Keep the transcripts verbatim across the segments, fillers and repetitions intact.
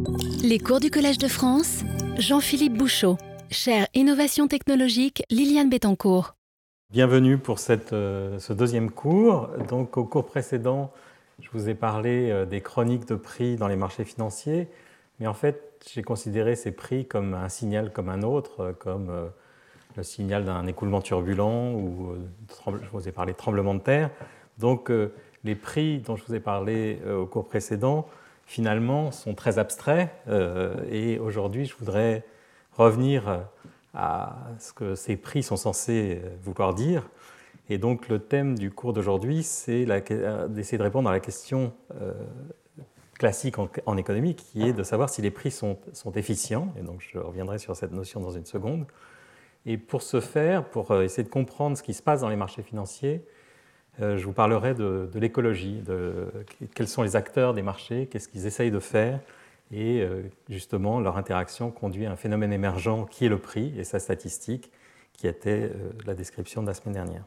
Les cours du Collège de France, Jean-Philippe Bouchot, chaire Innovation technologique, Liliane Bettencourt. Bienvenue pour cette, euh, ce deuxième cours. Donc, au cours précédent, je vous ai parlé euh, des chroniques de prix dans les marchés financiers, mais en fait, j'ai considéré ces prix comme un signal comme un autre, euh, comme euh, le signal d'un écoulement turbulent ou euh, je vous ai parlé de tremblement de terre. Donc, euh, les prix dont je vous ai parlé euh, au cours précédent, finalement, sont très abstraits euh, et aujourd'hui, je voudrais revenir à ce que ces prix sont censés vouloir dire. Et donc le thème du cours d'aujourd'hui, c'est d'essayer de répondre à la question euh, classique en, en économie, qui est de savoir si les prix sont, sont efficients. Et donc je reviendrai sur cette notion dans une seconde. Et pour ce faire, pour essayer de comprendre ce qui se passe dans les marchés financiers, euh, je vous parlerai de, de l'écologie, de quels sont les acteurs des marchés, qu'est-ce qu'ils essayent de faire. Et justement, leur interaction conduit à un phénomène émergent qui est le prix et sa statistique, qui était la description de la semaine dernière.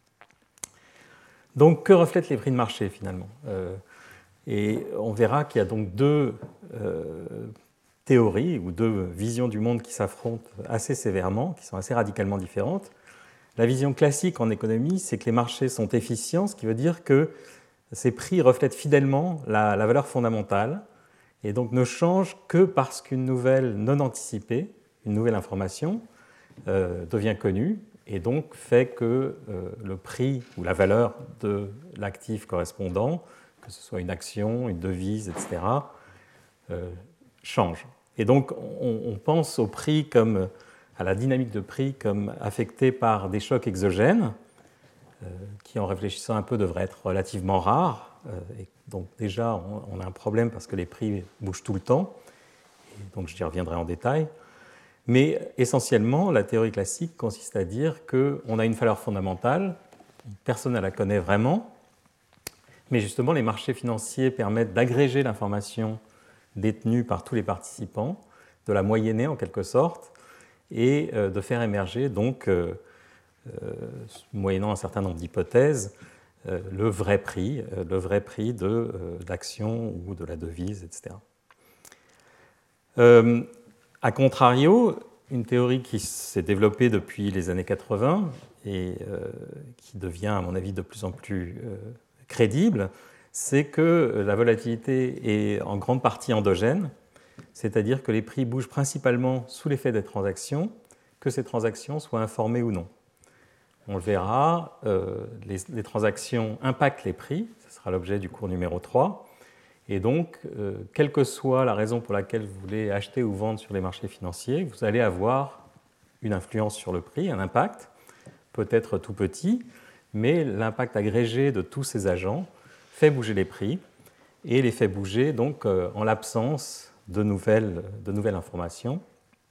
Donc, que reflètent les prix de marché finalement ? Et on verra qu'il y a donc deux euh, théories ou deux visions du monde qui s'affrontent assez sévèrement, qui sont assez radicalement différentes. La vision classique en économie, c'est que les marchés sont efficients, ce qui veut dire que ces prix reflètent fidèlement la, la valeur fondamentale, et donc ne change que parce qu'une nouvelle non anticipée, une nouvelle information, euh, devient connue et donc fait que euh, le prix ou la valeur de l'actif correspondant, que ce soit une action, une devise, et cetera, euh, change. Et donc on, on pense au prix comme, à la dynamique de prix comme affectée par des chocs exogènes, euh, qui en réfléchissant un peu devraient être relativement rares. Et donc déjà, on a un problème parce que les prix bougent tout le temps, et donc j'y reviendrai en détail. Mais essentiellement, la théorie classique consiste à dire qu'on a une valeur fondamentale, personne ne la connaît vraiment, mais justement les marchés financiers permettent d'agréger l'information détenue par tous les participants, de la moyenner en quelque sorte, et de faire émerger donc, euh, moyennant un certain nombre d'hypothèses, Euh, le vrai prix, euh, le vrai prix de euh, l'action ou de la devise, et cetera. Euh, a contrario, une théorie qui s'est développée depuis les années quatre-vingts et euh, qui devient, à mon avis, de plus en plus euh, crédible, c'est que la volatilité est en grande partie endogène, c'est-à-dire que les prix bougent principalement sous l'effet des transactions, que ces transactions soient informées ou non. On le verra, euh, les, les transactions impactent les prix, ce sera l'objet du cours numéro trois, et donc, euh, quelle que soit la raison pour laquelle vous voulez acheter ou vendre sur les marchés financiers, vous allez avoir une influence sur le prix, un impact, peut-être tout petit, mais l'impact agrégé de tous ces agents fait bouger les prix, et les fait bouger donc euh, en l'absence de nouvelles, de nouvelles informations.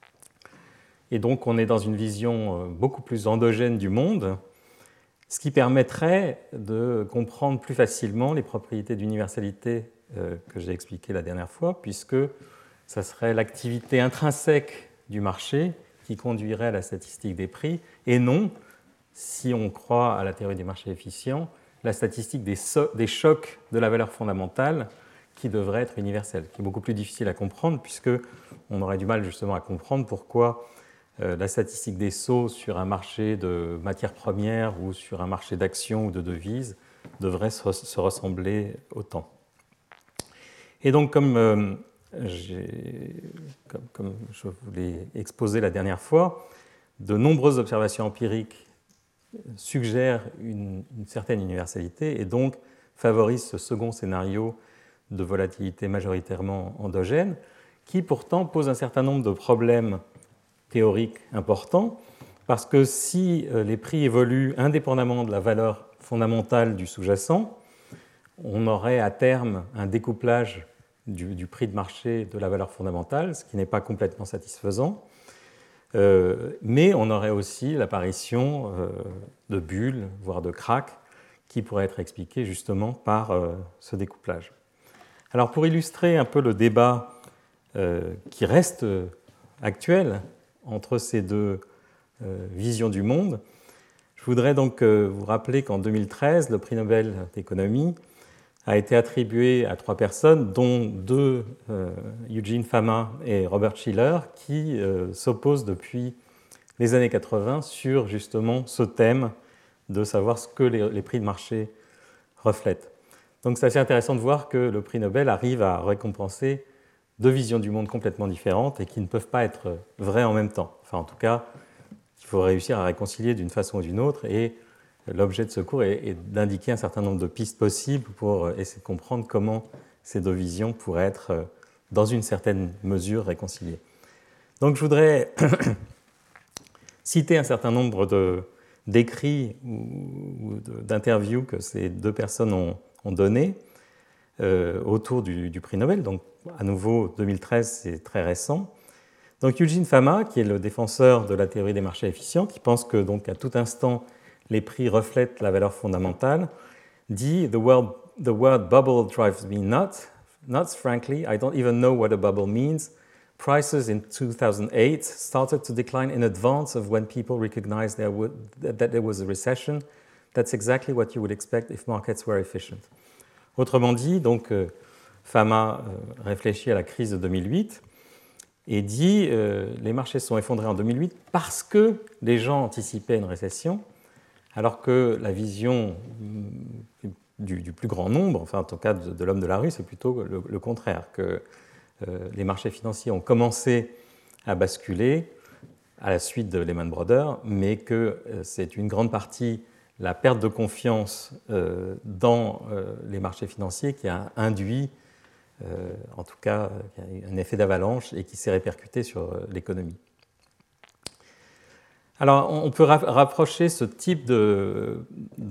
Et donc, on est dans une vision beaucoup plus endogène du monde, ce qui permettrait de comprendre plus facilement les propriétés d'universalité que j'ai expliquées la dernière fois, puisque ça serait l'activité intrinsèque du marché qui conduirait à la statistique des prix, et non, si on croit à la théorie des marchés efficients, la statistique des, so- des chocs de la valeur fondamentale qui devrait être universelle, qui est beaucoup plus difficile à comprendre, puisqu'on aurait du mal justement à comprendre pourquoi la statistique des sauts sur un marché de matières premières ou sur un marché d'actions ou de devises devrait se ressembler autant. Et donc, comme, euh, comme, comme je vous l'ai exposé la dernière fois, de nombreuses observations empiriques suggèrent une, une certaine universalité et donc favorisent ce second scénario de volatilité majoritairement endogène, qui pourtant pose un certain nombre de problèmes théorique important, parce que si les prix évoluent indépendamment de la valeur fondamentale du sous-jacent, on aurait à terme un découplage du, du prix de marché de la valeur fondamentale, ce qui n'est pas complètement satisfaisant, euh, mais on aurait aussi l'apparition euh, de bulles, voire de cracks, qui pourraient être expliquées justement par euh, ce découplage. Alors pour illustrer un peu le débat euh, qui reste actuel entre ces deux euh, visions du monde, je voudrais donc euh, vous rappeler qu'en deux mille treize, le prix Nobel d'économie a été attribué à trois personnes, dont deux, euh, Eugene Fama et Robert Shiller, qui euh, s'opposent depuis les années quatre-vingts sur justement ce thème de savoir ce que les, les prix de marché reflètent. Donc c'est assez intéressant de voir que le prix Nobel arrive à récompenser deux visions du monde complètement différentes et qui ne peuvent pas être vraies en même temps. Enfin, en tout cas, il faut réussir à réconcilier d'une façon ou d'une autre, et l'objet de ce cours est, est d'indiquer un certain nombre de pistes possibles pour essayer de comprendre comment ces deux visions pourraient être, dans une certaine mesure, réconciliées. Donc je voudrais citer un certain nombre de, d'écrits ou, ou d'interviews que ces deux personnes ont, ont donnés euh, autour du, du prix Nobel. Donc à nouveau, deux mille treize, c'est très récent. Donc Eugene Fama, qui est le défenseur de la théorie des marchés efficients, qui pense que donc à tout instant les prix reflètent la valeur fondamentale, dit « The word, the word bubble drives me nuts. Nuts, frankly. I don't even know what a bubble means. Prices in two thousand eight started to decline in advance of when people recognized there would, that there was a recession. That's exactly what you would expect if markets were efficient. » Autrement dit, donc, euh, Fama euh, réfléchit à la crise de deux mille huit et dit euh, les marchés sont effondrés en deux mille huit parce que les gens anticipaient une récession, alors que la vision du, du plus grand nombre, enfin en tout cas de, de l'homme de la rue, c'est plutôt le, le contraire, que euh, les marchés financiers ont commencé à basculer à la suite de Lehman Brothers, mais que euh, c'est une grande partie la perte de confiance euh, dans euh, les marchés financiers qui a induit, euh, en tout cas, un effet d'avalanche et qui s'est répercuté sur euh, l'économie. Alors, on peut rapprocher ce type de,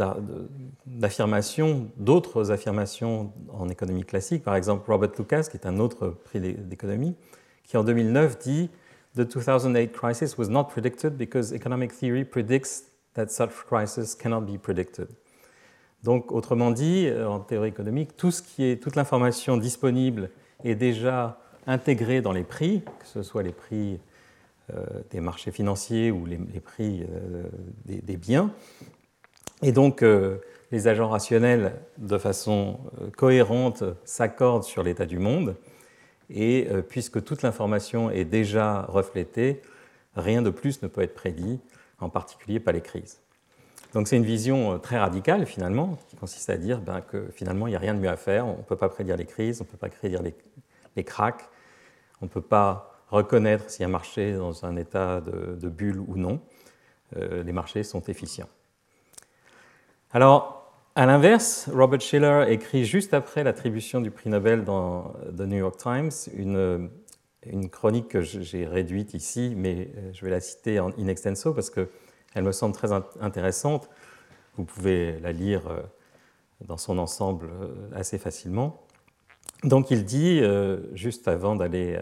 d'affirmation d'autres affirmations en économie classique. Par exemple, Robert Lucas, qui est un autre prix d'économie, qui en deux mille neuf dit « The two thousand eight crisis was not predicted because economic theory predicts that such crisis cannot be predicted ». Donc, autrement dit, en théorie économique, tout ce qui est, toute l'information disponible est déjà intégrée dans les prix, que ce soit les prix Euh, des marchés financiers ou les, les prix euh, des, des biens. Et donc, euh, les agents rationnels, de façon euh, cohérente, s'accordent sur l'état du monde. Et euh, puisque toute l'information est déjà reflétée, rien de plus ne peut être prédit, en particulier pas les crises. Donc, c'est une vision euh, très radicale, finalement, qui consiste à dire ben, que finalement, il n'y a rien de mieux à faire. On ne peut pas prédire les crises, on ne peut pas prédire les, les cracks, on ne peut pas reconnaître si un marché est dans un état de, de bulle ou non. Euh, les marchés sont efficients. Alors, à l'inverse, Robert Shiller écrit juste après l'attribution du prix Nobel dans The New York Times une, une chronique que j'ai réduite ici, mais je vais la citer en in extenso parce qu'elle me semble très intéressante. Vous pouvez la lire dans son ensemble assez facilement. Donc, il dit, juste avant d'aller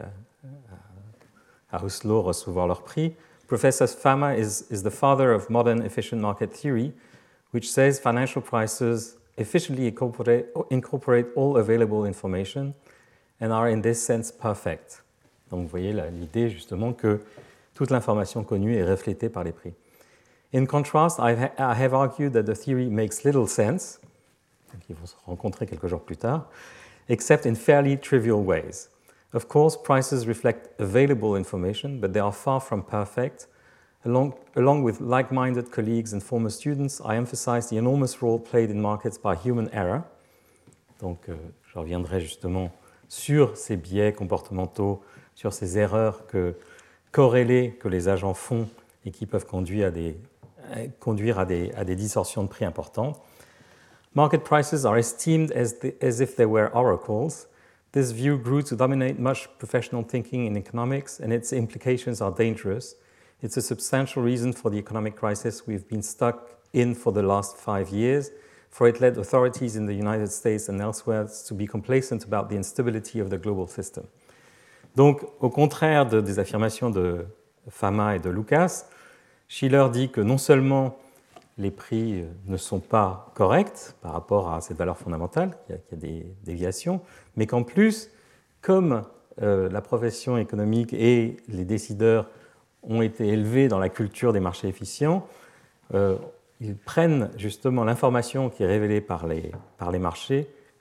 à Oslo recevoir leur prix, Professor Fama is, is the father of modern efficient market theory, which says financial prices efficiently incorporate, incorporate all available information and are in this sense perfect. Donc vous voyez l'idée justement que toute l'information connue est reflétée par les prix. In contrast, I, ha I have argued that the theory makes little sense, donc ils vont se rencontrer quelques jours plus tard, except in fairly trivial ways. Of course, prices reflect available information, but they are far from perfect. Along, along with like-minded colleagues and former students, I emphasize the enormous role played in markets by human error. Donc, euh, je reviendrai justement sur ces biais comportementaux, sur ces erreurs que, corrélées que les agents font et qui peuvent conduire à des, conduire à des, à des distorsions de prix importantes. Market prices are esteemed as, the, as if they were oracles. This view grew to dominate much professional thinking in economics, and its implications are dangerous. It's a substantial reason for the economic crisis we've been stuck in for the last five years, for it led authorities in the United States and elsewhere to be complacent about the instability of the global system. Donc, au contraire de, des affirmations de Fama et de Lucas, Shiller dit que non seulement les prix ne sont pas corrects par rapport à cette valeur fondamentale, qu'il y a, qu'il y a des déviations, mais qu'en plus, comme euh, la profession économique et les décideurs ont été élevés dans la culture des marchés efficients, euh, ils prennent justement l'information qui est révélée par les, par les marchés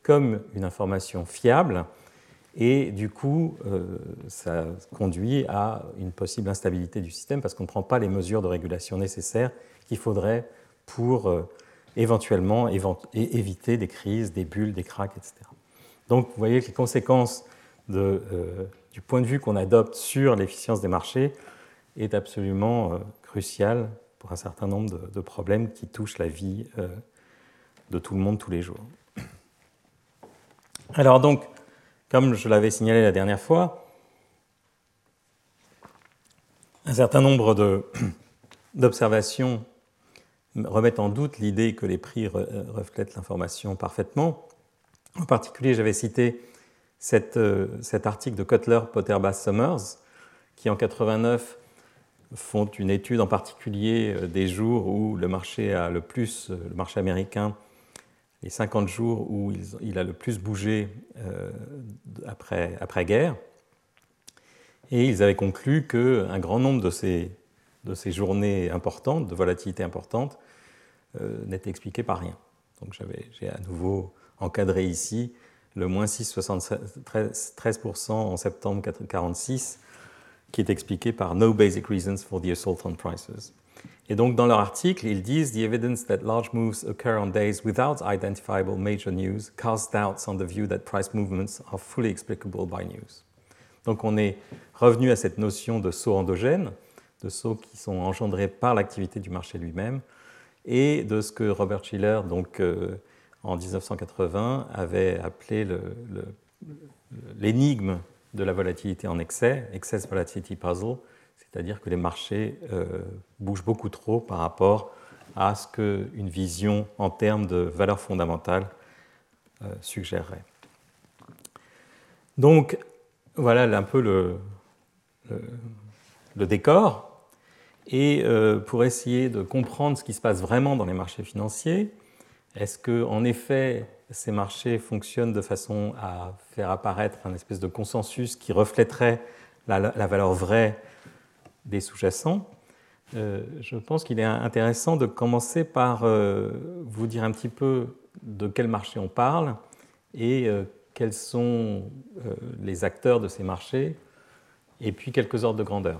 comme une information fiable, et du coup, euh, ça conduit à une possible instabilité du système parce qu'on ne prend pas les mesures de régulation nécessaires qu'il faudrait pour euh, éventuellement évent- éviter des crises, des bulles, des cracks, et cetera. Donc, vous voyez que les conséquences de, euh, du point de vue qu'on adopte sur l'efficience des marchés est absolument euh, crucial pour un certain nombre de, de problèmes qui touchent la vie euh, de tout le monde tous les jours. Alors donc, comme je l'avais signalé la dernière fois, un certain nombre de, d'observations remettent en doute l'idée que les prix re, reflètent l'information parfaitement. En particulier, j'avais cité cette, euh, cet article de Kotler, Potterbass, Summers, qui en quatre-vingt-neuf font une étude en particulier des jours où le marché a le plus, le marché américain, les cinquante jours où il, il a le plus bougé euh, après, après-guerre. Et ils avaient conclu qu'un grand nombre de ces, de ces journées importantes, de volatilité importante, euh, n'étaient expliquées par rien. Donc j'avais, j'ai à nouveau encadré ici le moins six virgule soixante-treize pour cent en septembre mille neuf cent quarante-six, qui est expliqué par No Basic Reasons for the Assault on Prices. Et donc, dans leur article, ils disent « The evidence that large moves occur on days without identifiable major news casts doubts on the view that price movements are fully explicable by news. » Donc, on est revenu à cette notion de sauts endogènes, de sauts qui sont engendrés par l'activité du marché lui-même, et de ce que Robert Shiller, donc, euh, en dix-neuf cent quatre-vingts, avait appelé le, le, l'énigme de la volatilité en excès, excess volatility puzzle, c'est-à-dire que les marchés euh, bougent beaucoup trop par rapport à ce qu'une vision en termes de valeurs fondamentales euh, suggérerait. Donc, voilà un peu le, le, le décor. Et euh, pour essayer de comprendre ce qui se passe vraiment dans les marchés financiers, est-ce qu'en effet, ces marchés fonctionnent de façon à faire apparaître un espèce de consensus qui reflèterait la, la valeur vraie des sous-jacents? euh, Je pense qu'il est intéressant de commencer par euh, vous dire un petit peu de quel marché on parle et euh, quels sont euh, les acteurs de ces marchés, et puis quelques ordres de grandeur.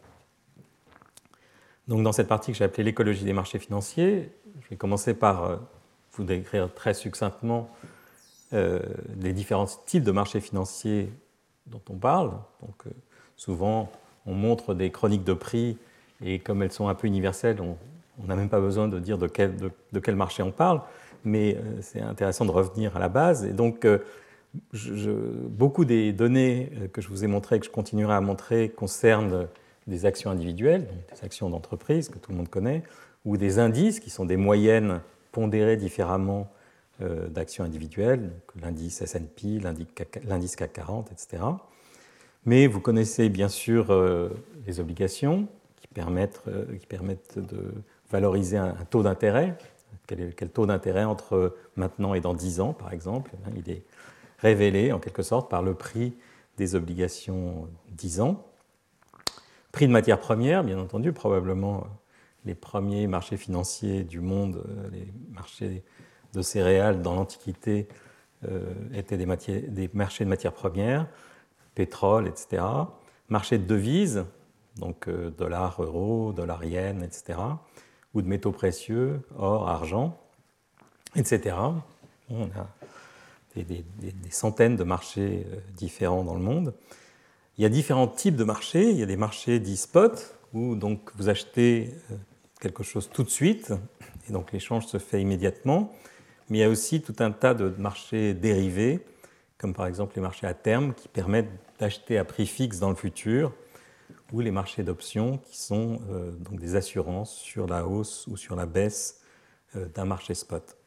Donc, dans cette partie que j'ai appelée l'écologie des marchés financiers, je vais commencer par euh, vous décrire très succinctement euh, les différents types de marchés financiers dont on parle. Donc, euh, souvent, on montre des chroniques de prix, et comme elles sont un peu universelles, on n'a même pas besoin de dire de quel, de, de quel marché on parle, mais euh, c'est intéressant de revenir à la base. Et donc, euh, je, je, beaucoup des données que je vous ai montrées et que je continuerai à montrer concernent des actions individuelles, donc des actions d'entreprise que tout le monde connaît, ou des indices qui sont des moyennes pondérées différemment euh, d'actions individuelles, donc l'indice S and P, l'indice C A C quarante, et cetera. Mais vous connaissez bien sûr euh, les obligations qui permettent, euh, qui permettent de valoriser un, un taux d'intérêt. Quel est quel taux d'intérêt entre maintenant et dans dix ans, par exemple? Il est révélé en quelque sorte par le prix des obligations dix ans. Prix de matières premières, bien entendu, probablement les premiers marchés financiers du monde, les marchés de céréales dans l'Antiquité euh, étaient des, matières, des marchés de matières premières, pétrole, et cetera. Marché de devises, donc euh, dollars, euros, dollars, yens, et cetera. Ou de métaux précieux, or, argent, et cetera. On a des, des, des centaines de marchés euh, différents dans le monde. Il y a différents types de marchés. Il y a des marchés dits spot, où donc vous achetez euh, quelque chose tout de suite, et donc l'échange se fait immédiatement. Mais il y a aussi tout un tas de marchés dérivés, comme par exemple les marchés à terme, qui permettent d'acheter à prix fixe dans le futur, ou les marchés d'options, qui sont euh, donc des assurances sur la hausse ou sur la baisse euh, d'un marché spot.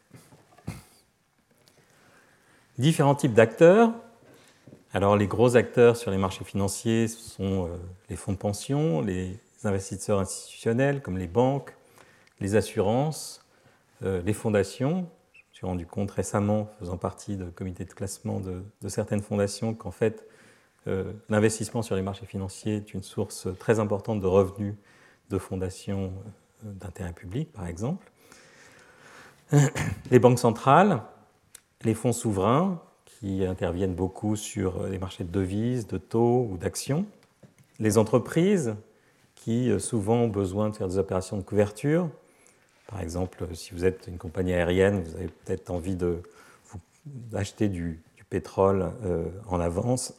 Différents types d'acteurs. Alors, les gros acteurs sur les marchés financiers sont euh, les fonds de pension, les investisseurs institutionnels, comme les banques, les assurances, euh, les fondations. Je me suis rendu compte récemment, faisant partie du comité de classement de, de certaines fondations, qu'en fait, euh, l'investissement sur les marchés financiers est une source très importante de revenus de fondations euh, d'intérêt public, par exemple. Les banques centrales, les fonds souverains qui interviennent beaucoup sur les marchés de devises, de taux ou d'actions, les entreprises qui souvent ont besoin de faire des opérations de couverture. Par exemple, si vous êtes une compagnie aérienne, vous avez peut-être envie de vous acheter du, du pétrole euh, en avance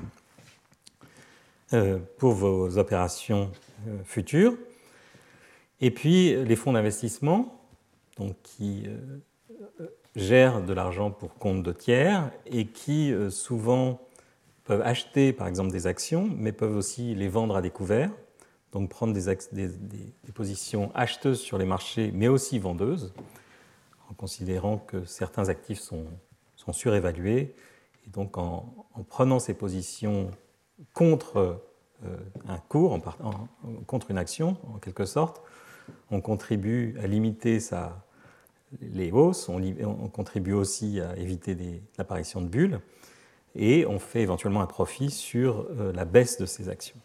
euh, pour vos opérations euh, futures. Et puis les fonds d'investissement, donc qui euh, gèrent de l'argent pour compte de tiers et qui euh, souvent peuvent acheter par exemple des actions, mais peuvent aussi les vendre à découvert, donc prendre des, des, des, des positions acheteuses sur les marchés, mais aussi vendeuses, en considérant que certains actifs sont, sont surévalués. Et donc en, en prenant ces positions contre euh, un cours, en part, en, contre une action, en quelque sorte, on contribue à limiter sa, les hausses, on, on contribue aussi à éviter des, l'apparition de bulles, et on fait éventuellement un profit sur euh, la baisse de ces actions.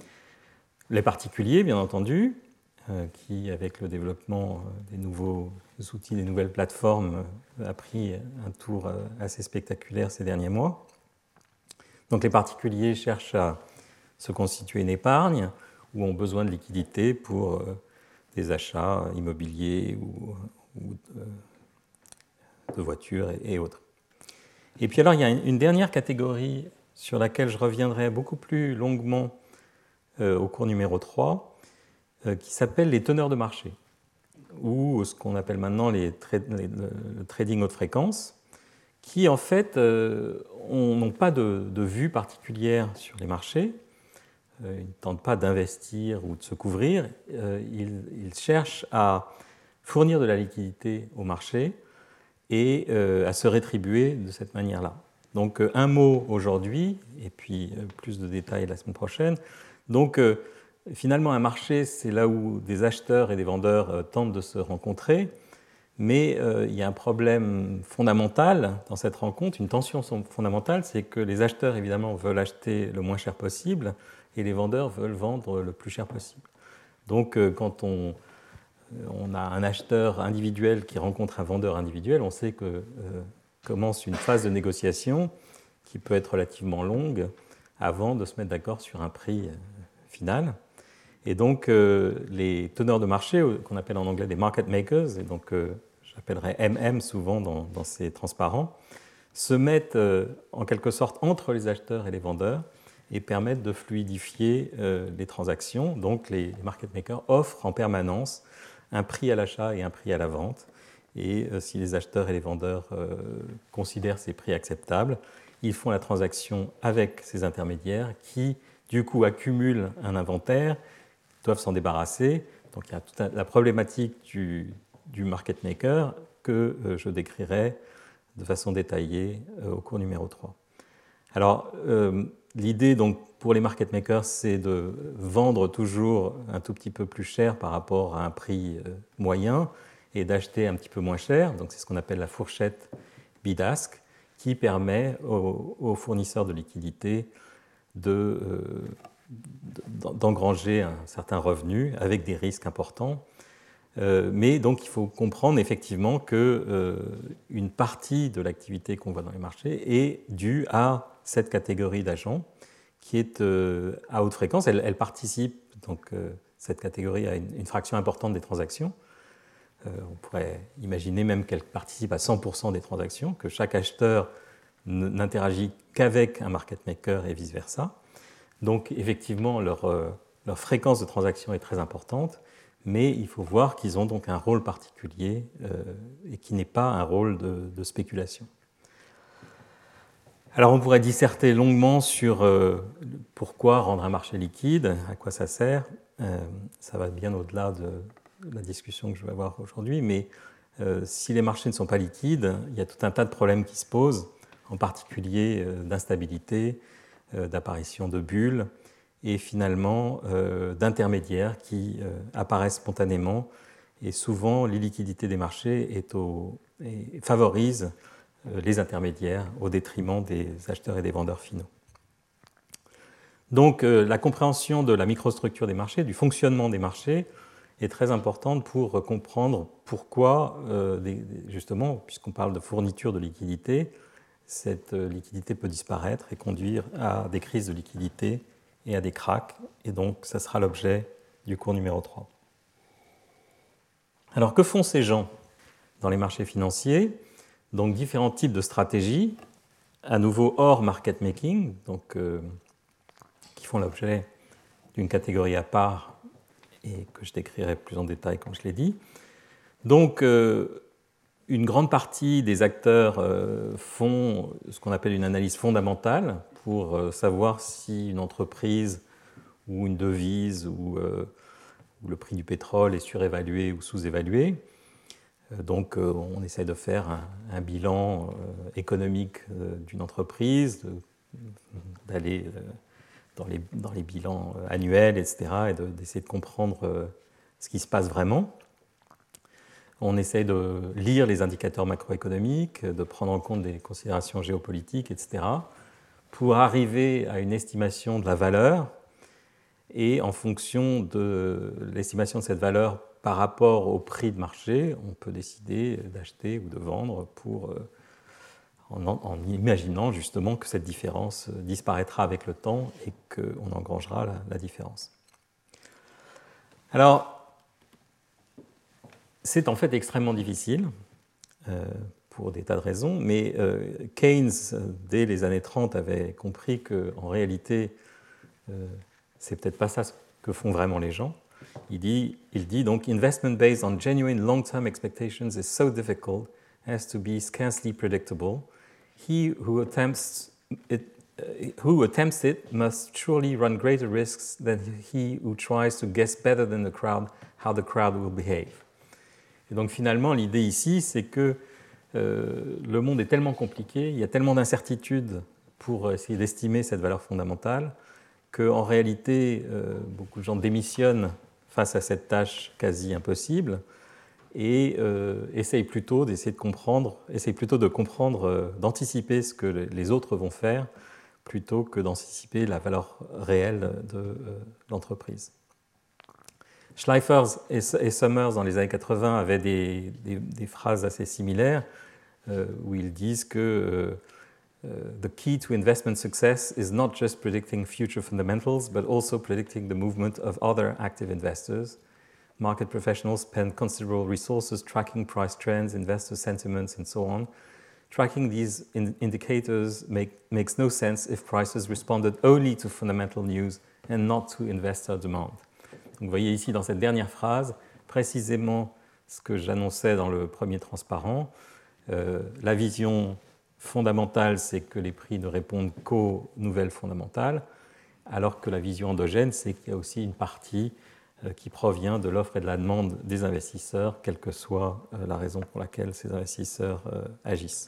Les particuliers, bien entendu, euh, qui, avec le développement euh, des nouveaux outils, des nouvelles plateformes, euh, a pris un tour euh, assez spectaculaire ces derniers mois. Donc les particuliers cherchent à se constituer une épargne ou ont besoin de liquidités pour euh, des achats immobiliers ou, ou de, de voitures et, et autres. Et puis alors, il y a une dernière catégorie sur laquelle je reviendrai beaucoup plus longuement euh, au cours numéro trois, euh, qui s'appelle les teneurs de marché, ou ce qu'on appelle maintenant les tra- les, le, le trading haute fréquence, qui en fait euh, n'ont pas de, de vue particulière sur les marchés, euh, ils ne tentent pas d'investir ou de se couvrir, euh, ils, ils cherchent à fournir de la liquidité au marché et euh, à se rétribuer de cette manière-là. Donc euh, un mot aujourd'hui, et puis euh, plus de détails la semaine prochaine. Donc euh, finalement un marché, c'est là où des acheteurs et des vendeurs euh, tentent de se rencontrer, mais euh, il y a un problème fondamental dans cette rencontre, une tension fondamentale, c'est que les acheteurs évidemment veulent acheter le moins cher possible et les vendeurs veulent vendre le plus cher possible. Donc euh, quand on on a un acheteur individuel qui rencontre un vendeur individuel, on sait que euh, commence une phase de négociation qui peut être relativement longue avant de se mettre d'accord sur un prix euh, final. Et donc, euh, les teneurs de marché, qu'on appelle en anglais des market makers, et donc euh, j'appellerais M M souvent dans, dans ces transparents, se mettent euh, en quelque sorte entre les acheteurs et les vendeurs et permettent de fluidifier euh, les transactions. Donc, les market makers offrent en permanence un prix à l'achat et un prix à la vente. Et euh, si les acheteurs et les vendeurs euh, considèrent ces prix acceptables, ils font la transaction avec ces intermédiaires qui, du coup, accumulent un inventaire, doivent s'en débarrasser. Donc il y a toute la problématique du, du market maker que euh, je décrirai de façon détaillée euh, au cours numéro trois. Alors, euh, l'idée donc, pour les market makers, c'est de vendre toujours un tout petit peu plus cher par rapport à un prix euh, moyen et d'acheter un petit peu moins cher. Donc, c'est ce qu'on appelle la fourchette bid-ask, qui permet aux, aux fournisseurs de liquidités de, euh, d'engranger un certain revenu avec des risques importants. Euh, mais donc, il faut comprendre effectivement qu'une euh, partie de l'activité qu'on voit dans les marchés est due à cette catégorie d'agents qui est euh, à haute fréquence. Elle, elle participe, donc euh, cette catégorie a une, une fraction importante des transactions. Euh, on pourrait imaginer même qu'elle participe à cent pour cent des transactions, que chaque acheteur n'interagit qu'avec un market maker et vice-versa. Donc effectivement, leur, euh, leur fréquence de transaction est très importante, mais il faut voir qu'ils ont donc un rôle particulier euh, et qui n'est pas un rôle de, de spéculation. Alors on pourrait disserter longuement sur euh, pourquoi rendre un marché liquide, à quoi ça sert. Euh, ça va bien au-delà de la discussion que je vais avoir aujourd'hui, mais euh, si les marchés ne sont pas liquides, il y a tout un tas de problèmes qui se posent, en particulier euh, d'instabilité, euh, d'apparition de bulles et finalement euh, d'intermédiaires qui euh, apparaissent spontanément, et souvent l'illiquidité des marchés est au, et favorise les intermédiaires au détriment des acheteurs et des vendeurs finaux. Donc euh, la compréhension de la microstructure des marchés, du fonctionnement des marchés, est très importante pour comprendre pourquoi, euh, justement, puisqu'on parle de fourniture de liquidité, cette liquidité peut disparaître et conduire à des crises de liquidité et à des cracks, et donc ça sera l'objet du cours numéro trois. Alors que font ces gens dans les marchés financiers? Donc différents types de stratégies, à nouveau hors market making, donc, euh, qui font l'objet d'une catégorie à part et que je décrirai plus en détail comme je l'ai dit. Donc euh, une grande partie des acteurs euh, font ce qu'on appelle une analyse fondamentale pour euh, savoir si une entreprise ou une devise ou, euh, ou le prix du pétrole est surévalué ou sous-évalué. Euh, donc euh, on essaie de faire un, un bilan euh, économique euh, d'une entreprise, de, d'aller euh, dans, les, dans les bilans annuels, et cetera, et de, d'essayer de comprendre euh, ce qui se passe vraiment. On essaie de lire les indicateurs macroéconomiques, de prendre en compte des considérations géopolitiques, et cetera, pour arriver à une estimation de la valeur. Et en fonction de l'estimation de cette valeur par rapport au prix de marché, on peut décider d'acheter ou de vendre pour, en, en imaginant justement que cette différence disparaîtra avec le temps et qu'on engrangera la, la différence. Alors, c'est en fait extrêmement difficile, euh, pour des tas de raisons, mais euh, Keynes, dès les années trente, avait compris qu'en réalité, euh, c'est peut-être pas ça ce que font vraiment les gens. Il dit, il dit donc « Investment based on genuine long-term expectations is so difficult as to be scarcely predictable. He who attempts it, uh, who attempts it must surely run greater risks than he who tries to guess better than the crowd how the crowd will behave. » Et donc finalement, l'idée ici, c'est que euh, le monde est tellement compliqué, il y a tellement d'incertitudes pour essayer d'estimer cette valeur fondamentale, qu'en réalité, euh, beaucoup de gens démissionnent face à cette tâche quasi impossible et euh, essayent plutôt d'essayer de comprendre, essayent plutôt de comprendre, euh, d'anticiper ce que les autres vont faire, plutôt que d'anticiper la valeur réelle de euh, l'entreprise. Schleifers et Summers, dans les années quatre-vingts, avaient des, des, des phrases assez similaires euh, où ils disent que euh, uh, the key to investment success is not just predicting future fundamentals, but also predicting the movement of other active investors. Market professionals spend considerable resources tracking price trends, investor sentiments, and so on. Tracking these in indicators make, makes no sense if prices responded only to fundamental news and not to investor demand. Donc, vous voyez ici dans cette dernière phrase précisément ce que j'annonçais dans le premier transparent. Euh, la vision fondamentale, c'est que les prix ne répondent qu'aux nouvelles fondamentales, alors que la vision endogène, c'est qu'il y a aussi une partie euh, qui provient de l'offre et de la demande des investisseurs, quelle que soit euh, la raison pour laquelle ces investisseurs euh, agissent.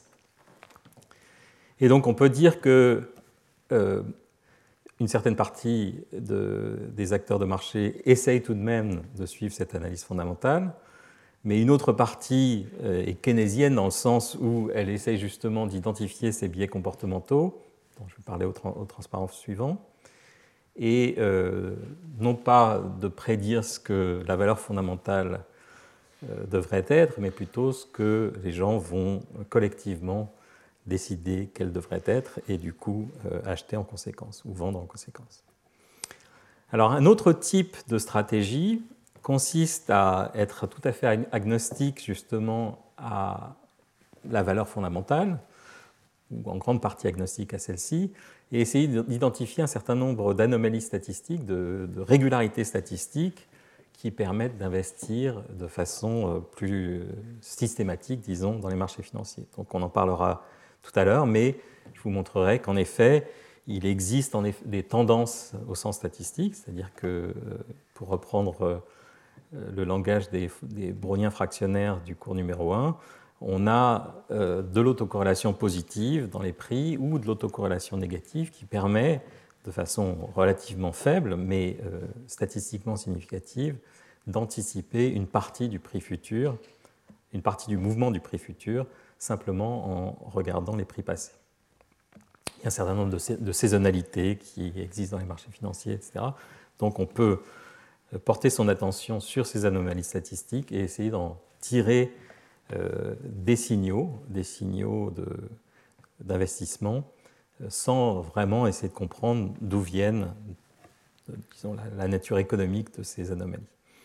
Et donc on peut dire que euh, une certaine partie de, des acteurs de marché essayent tout de même de suivre cette analyse fondamentale, mais une autre partie est keynésienne dans le sens où elle essaye justement d'identifier ces biais comportementaux, dont je vais parler au, tra au transparent suivant, et euh, non pas de prédire ce que la valeur fondamentale euh, devrait être, mais plutôt ce que les gens vont collectivement décider qu'elle devrait être et du coup euh, acheter en conséquence ou vendre en conséquence. Alors un autre type de stratégie consiste à être tout à fait agnostique justement à la valeur fondamentale, ou en grande partie agnostique à celle-ci, et essayer d'identifier un certain nombre d'anomalies statistiques, de, de régularités statistiques qui permettent d'investir de façon plus systématique, disons, dans les marchés financiers. Donc on en parlera tout à l'heure, mais je vous montrerai qu'en effet, il existe en effet des tendances au sens statistique, c'est-à-dire que, pour reprendre le langage des, des browniens fractionnaires du cours numéro un, on a euh, de l'autocorrélation positive dans les prix ou de l'autocorrélation négative qui permet, de façon relativement faible, mais euh, statistiquement significative, d'anticiper une partie du prix futur, une partie du mouvement du prix futur, simplement en regardant les prix passés. Il y a un certain nombre de, sa de saisonnalités qui existent dans les marchés financiers, et cetera. Donc on peut porter son attention sur ces anomalies statistiques et essayer d'en tirer euh, des signaux, des signaux de, d'investissement, sans vraiment essayer de comprendre d'où viennent, disons, la, la nature économique de ces anomalies.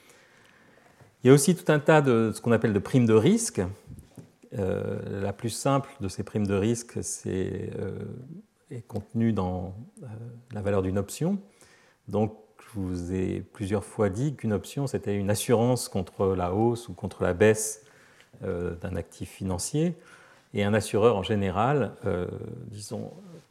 Il y a aussi tout un tas de ce qu'on appelle de primes de risque. Euh, la plus simple de ces primes de risque c'est, euh, est contenue dans euh, la valeur d'une option. Donc, je vous ai plusieurs fois dit qu'une option, c'était une assurance contre la hausse ou contre la baisse euh, d'un actif financier. Et un assureur, en général, euh, disons,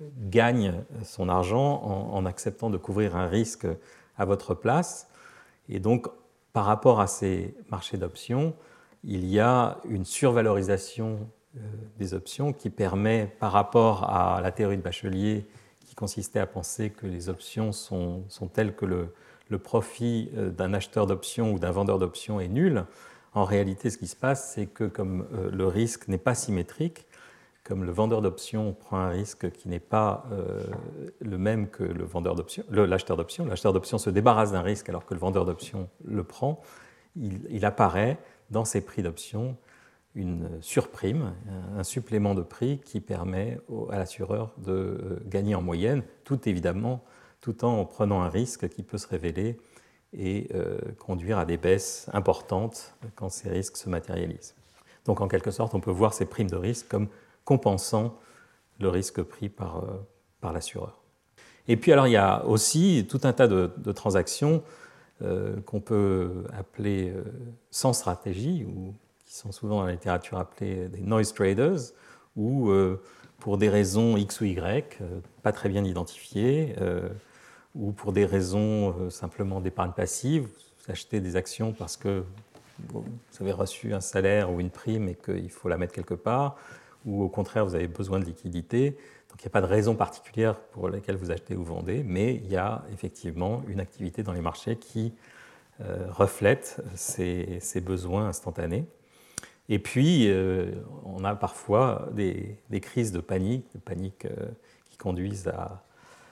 gagne son argent en, en acceptant de couvrir un risque à votre place. Et donc, par rapport à ces marchés d'options, il y a une survalorisation euh, des options qui permet, par rapport à la théorie de Bachelier, qui consistait à penser que les options sont, sont telles que le, le profit d'un acheteur d'options ou d'un vendeur d'options est nul. En réalité, ce qui se passe, c'est que comme euh, le risque n'est pas symétrique, comme le vendeur d'options prend un risque qui n'est pas euh, le même que le vendeur d'options, le, l'acheteur d'options, l'acheteur d'options se débarrasse d'un risque alors que le vendeur d'options le prend, il, il apparaît dans ces prix d'options une surprime, un supplément de prix qui permet au, à l'assureur de euh, gagner en moyenne, tout évidemment, tout en prenant un risque qui peut se révéler et euh, conduire à des baisses importantes quand ces risques se matérialisent. Donc en quelque sorte, on peut voir ces primes de risque comme compensant le risque pris par, euh, par l'assureur. Et puis alors il y a aussi tout un tas de, de transactions euh, qu'on peut appeler euh, sans stratégie, ou qui sont souvent dans la littérature appelées des noise traders, ou euh, pour des raisons X ou Y, euh, pas très bien identifiées, euh, ou pour des raisons euh, simplement d'épargne passive. Vous achetez des actions parce que bon, vous avez reçu un salaire ou une prime et qu'il faut la mettre quelque part, ou au contraire vous avez besoin de liquidité. Donc il n'y a pas de raison particulière pour laquelle vous achetez ou vendez, mais il y a effectivement une activité dans les marchés qui euh, reflète ces, ces besoins instantanés. Et puis euh, on a parfois des, des crises de panique, de panique euh, qui conduisent à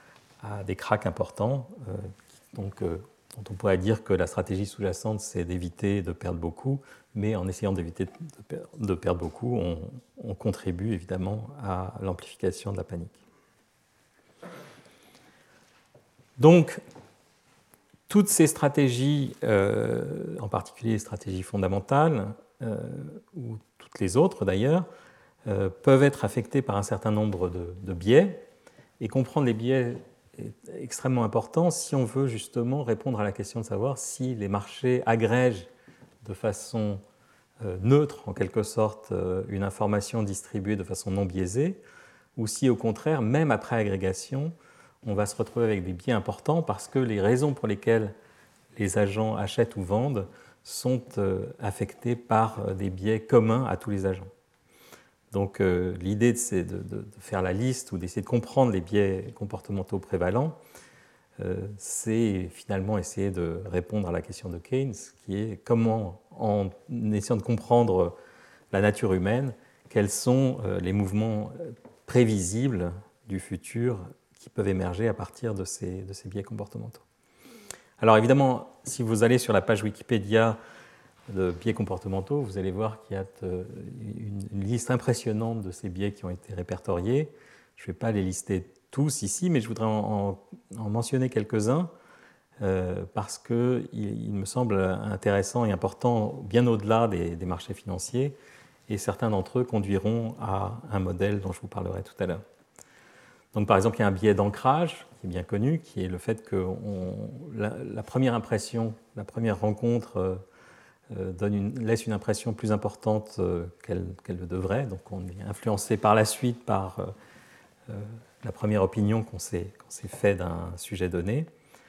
à des cracks importants, euh, donc, euh, dont on pourrait dire que la stratégie sous-jacente, c'est d'éviter de perdre beaucoup, mais en essayant d'éviter de, per- de perdre beaucoup, on, on contribue évidemment à l'amplification de la panique. Donc, toutes ces stratégies, euh, en particulier les stratégies fondamentales, euh, ou toutes les autres d'ailleurs, euh, peuvent être affectées par un certain nombre de, de biais, et comprendre les biais est extrêmement important si on veut justement répondre à la question de savoir si les marchés agrègent de façon euh, neutre, en quelque sorte, euh, une information distribuée de façon non biaisée, ou si au contraire, même après agrégation, on va se retrouver avec des biais importants parce que les raisons pour lesquelles les agents achètent ou vendent sont euh, affectées par euh, des biais communs à tous les agents. Donc euh, l'idée c'est de, de, de faire la liste ou d'essayer de comprendre les biais comportementaux prévalents, euh, c'est finalement essayer de répondre à la question de Keynes, qui est comment, en essayant de comprendre la nature humaine, quels sont euh, les mouvements prévisibles du futur qui peuvent émerger à partir de ces, de ces biais comportementaux. Alors évidemment, si vous allez sur la page Wikipédia de biais comportementaux, vous allez voir qu'il y a une liste impressionnante de ces biais qui ont été répertoriés. Je ne vais pas les lister tous ici, mais je voudrais en, en mentionner quelques-uns euh, parce qu'il il me semble intéressant et important bien au-delà des, des marchés financiers, et certains d'entre eux conduiront à un modèle dont je vous parlerai tout à l'heure. Donc, par exemple, il y a un biais d'ancrage qui est bien connu, qui est le fait que on, la, la première impression, la première rencontre euh, donne une, laisse une impression plus importante euh, qu'elle, qu'elle le devrait. Donc on est influencé par la suite par euh, euh, la première opinion qu'on s'est, qu'on s'est fait d'un sujet donné.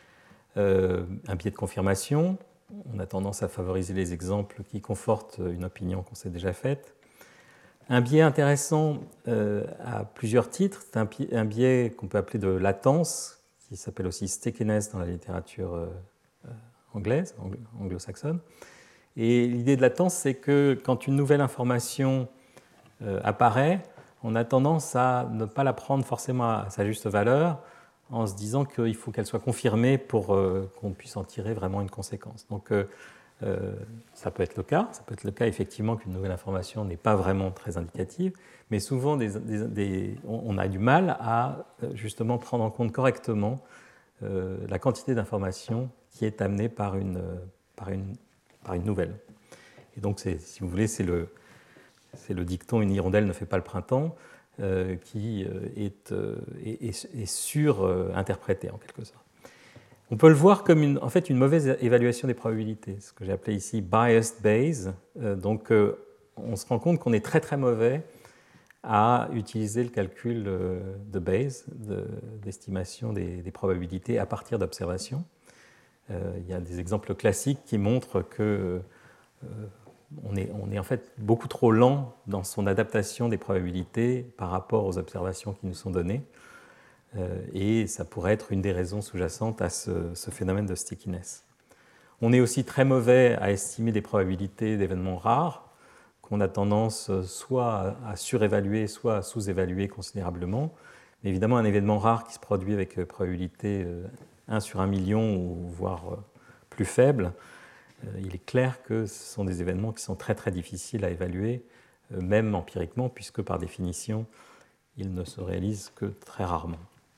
Euh, un biais de confirmation, on a tendance à favoriser les exemples qui confortent une opinion qu'on s'est déjà faite. Un biais intéressant euh, à plusieurs titres, c'est un, un biais qu'on peut appeler de latence, qui s'appelle aussi stickiness dans la littérature euh, anglaise, anglo-saxonne. Et l'idée de latence, c'est que quand une nouvelle information euh, apparaît, on a tendance à ne pas la prendre forcément à sa juste valeur, en se disant qu'il faut qu'elle soit confirmée pour euh, qu'on puisse en tirer vraiment une conséquence. Donc euh, euh, ça peut être le cas, ça peut être le cas effectivement qu'une nouvelle information n'est pas vraiment très indicative, mais souvent des, des, des, on a du mal à justement prendre en compte correctement euh, la quantité d'informations qui est amenée par une, par une, par une nouvelle. Et donc, si vous voulez, c'est le, c'est le dicton « une hirondelle ne fait pas le printemps euh, » qui est, euh, est, est surinterprété en quelque sorte. On peut le voir comme une, en fait, une mauvaise évaluation des probabilités, ce que j'ai appelé ici « biased Bayes ». Euh, donc, euh, on se rend compte qu'on est très très mauvais à utiliser le calcul de Bayes, de, d'estimation des, des probabilités à partir d'observations. Euh, il y a des exemples classiques qui montrent que euh, on, est, on est en fait beaucoup trop lent dans son adaptation des probabilités par rapport aux observations qui nous sont données. Euh, et ça pourrait être une des raisons sous-jacentes à ce, ce phénomène de stickiness. On est aussi très mauvais à estimer des probabilités d'événements rares, qu'on a tendance soit à surévaluer, soit à sous-évaluer considérablement. Mais évidemment, un événement rare qui se produit avec probabilité un sur un million, ou voire plus faible, il est clair que ce sont des événements qui sont très très difficiles à évaluer, même empiriquement, puisque par définition, ils ne se réalisent que très rarement.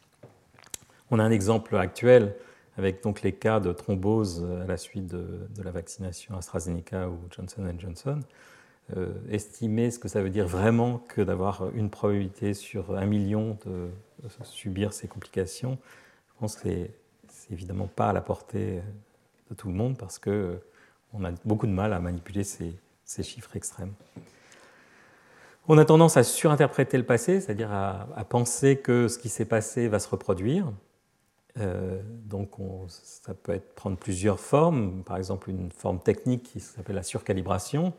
On a un exemple actuel avec donc les cas de thrombose à la suite de, de la vaccination AstraZeneca ou Johnson and Johnson. Euh, estimer ce que ça veut dire vraiment que d'avoir une probabilité sur un million de, de subir ces complications, je pense que c'est, c'est évidemment pas à la portée de tout le monde parce qu'on a beaucoup de mal à manipuler ces, ces chiffres extrêmes. On a tendance à surinterpréter le passé, c'est-à-dire à, à penser que ce qui s'est passé va se reproduire. Euh, donc on, ça peut être, prendre plusieurs formes, par exemple une forme technique qui s'appelle la surcalibration.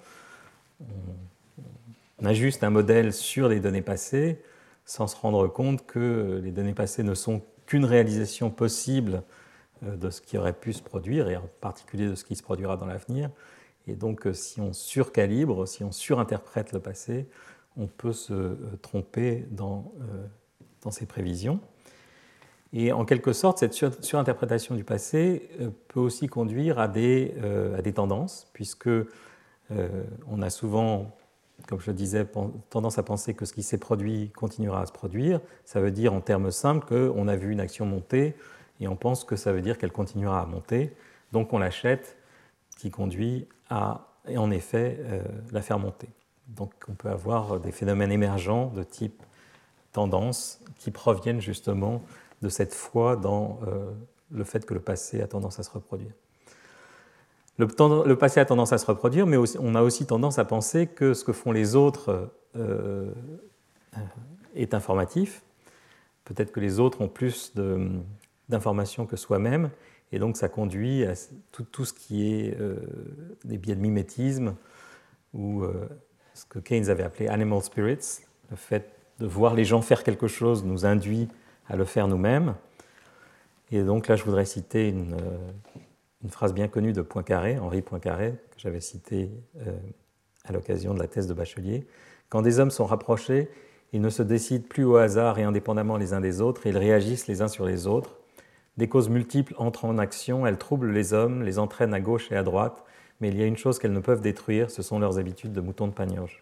On ajuste un modèle sur les données passées sans se rendre compte que les données passées ne sont qu'une réalisation possible de ce qui aurait pu se produire, et en particulier de ce qui se produira dans l'avenir. Et donc si on surcalibre, si on surinterprète le passé, on peut se tromper dans, dans ces prévisions. Et en quelque sorte, cette surinterprétation du passé peut aussi conduire à des, à des tendances, puisque Euh, on a souvent, comme je le disais, tendance à penser que ce qui s'est produit continuera à se produire. Ça veut dire en termes simples qu'on a vu une action monter et on pense que ça veut dire qu'elle continuera à monter. Donc on l'achète, qui conduit à, et en effet, euh, la faire monter. Donc on peut avoir des phénomènes émergents de type tendance qui proviennent justement de cette foi dans euh, le fait que le passé a tendance à se reproduire. Le, le passé a tendance à se reproduire, mais aussi, on a aussi tendance à penser que ce que font les autres euh, est informatif. Peut-être que les autres ont plus de, d'informations que soi-même, et donc ça conduit à tout, tout ce qui est euh, des biais de mimétisme, ou euh, ce que Keynes avait appelé animal spirits, le fait de voir les gens faire quelque chose nous induit à le faire nous-mêmes. Et donc là, je voudrais citer une... Euh, une phrase bien connue de Poincaré, Henri Poincaré, que j'avais citée euh, à l'occasion de la thèse de Bachelier. Quand des hommes sont rapprochés, ils ne se décident plus au hasard et indépendamment les uns des autres, et ils réagissent les uns sur les autres. Des causes multiples entrent en action, elles troublent les hommes, les entraînent à gauche et à droite, mais il y a une chose qu'elles ne peuvent détruire, ce sont leurs habitudes de moutons de Panurge.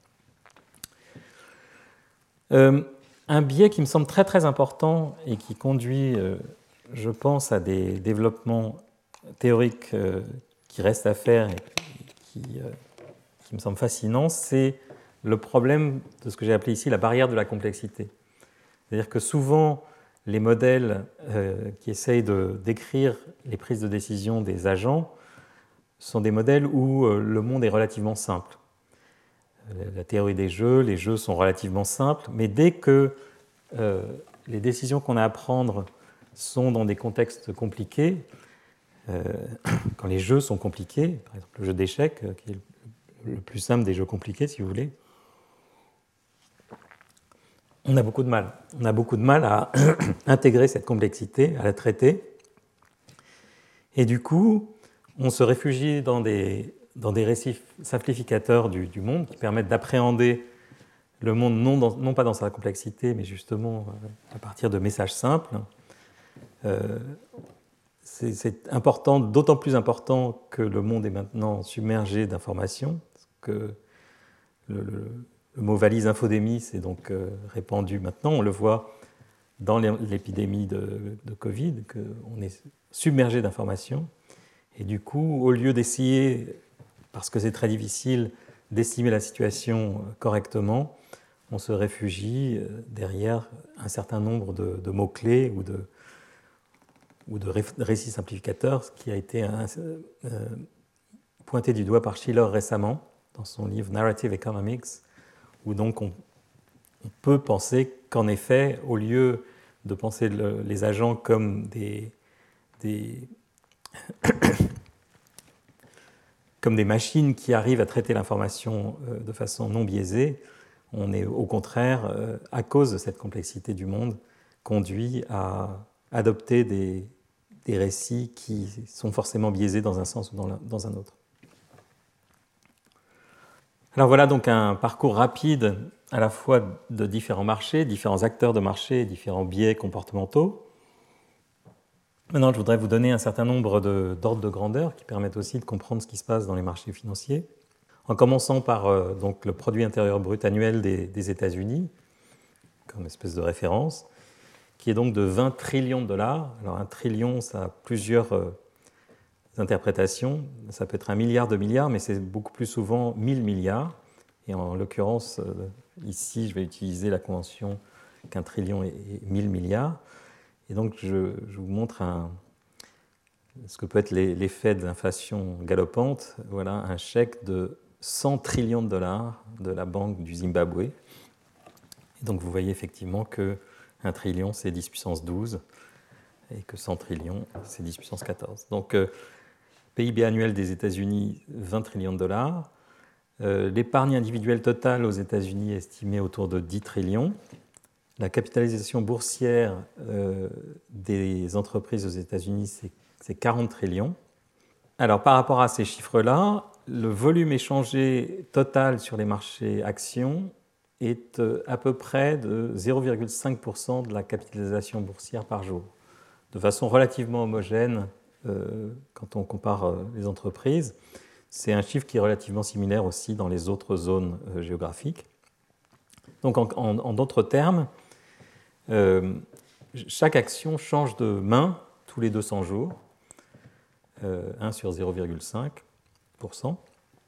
Euh, un biais qui me semble très très important et qui conduit, euh, je pense, à des développements théorique euh, qui reste à faire et qui, euh, qui me semble fascinant, c'est le problème de ce que j'ai appelé ici la barrière de la complexité. C'est-à-dire que souvent, les modèles euh, qui essayent de décrire les prises de décision des agents sont des modèles où euh, le monde est relativement simple. La théorie des jeux, les jeux sont relativement simples, mais dès que euh, les décisions qu'on a à prendre sont dans des contextes compliqués, Euh, quand les jeux sont compliqués, par exemple le jeu d'échecs, euh, qui est le plus simple des jeux compliqués, si vous voulez, on a beaucoup de mal. On a beaucoup de mal à intégrer cette complexité, à la traiter. Et du coup, on se réfugie dans des, dans des récits simplificateurs du, du monde qui permettent d'appréhender le monde non, dans, non pas dans sa complexité, mais justement à partir de messages simples. Euh, c'est, c'est important, d'autant plus important que le monde est maintenant submergé d'informations, que le, le, le mot valise infodémie s'est donc euh, répandu maintenant. On le voit dans l'épidémie de, de Covid, qu'on est submergé d'informations. Et du coup, au lieu d'essayer, parce que c'est très difficile, d'estimer la situation correctement, on se réfugie derrière un certain nombre de, de mots-clés ou de, ou de récits simplificateurs, ce qui a été un, euh, pointé du doigt par Shiller récemment dans son livre Narrative Economics, où donc on, on peut penser qu'en effet, au lieu de penser le, les agents comme des, des comme des machines qui arrivent à traiter l'information de façon non biaisée, on est au contraire, à cause de cette complexité du monde, conduit à adopter des, des récits qui sont forcément biaisés dans un sens ou dans, la, dans un autre. Alors voilà donc un parcours rapide à la fois de différents marchés, différents acteurs de marché, différents biais comportementaux. Maintenant, je voudrais vous donner un certain nombre de, d'ordres de grandeur qui permettent aussi de comprendre ce qui se passe dans les marchés financiers. En commençant par euh, donc, le produit intérieur brut annuel des, des États-Unis, comme espèce de référence, qui est donc de vingt trillions de dollars. Alors un trillion, ça a plusieurs euh, interprétations. Ça peut être un milliard de milliards, mais c'est beaucoup plus souvent mille milliards. Et en l'occurrence, euh, ici, je vais utiliser la convention qu'un trillion est, est mille milliards. Et donc, je, je vous montre un, ce que peut être l'effet de l'inflation galopante. Voilà un chèque de cent trillions de dollars de la Banque du Zimbabwe. Et donc, vous voyez effectivement qu'un trillion, c'est dix puissance douze, et que cent trillions, c'est dix puissance quatorze. Donc, euh, P I B annuel des États-Unis, vingt trillions de dollars. Euh, l'épargne individuelle totale aux États-Unis est estimée autour de dix trillions. La capitalisation boursière euh, des entreprises aux États-Unis, c'est, c'est quarante trillions. Alors, par rapport à ces chiffres-là, le volume échangé total sur les marchés actions est euh, à peu près de zéro virgule cinq pour cent de la capitalisation boursière par jour, de façon relativement homogène euh, quand on compare euh, les entreprises. C'est un chiffre qui est relativement similaire aussi dans les autres zones euh, géographiques. Donc, en, en, en d'autres termes, Euh, chaque action change de main tous les deux cents jours, euh, un sur zéro virgule cinq pour cent,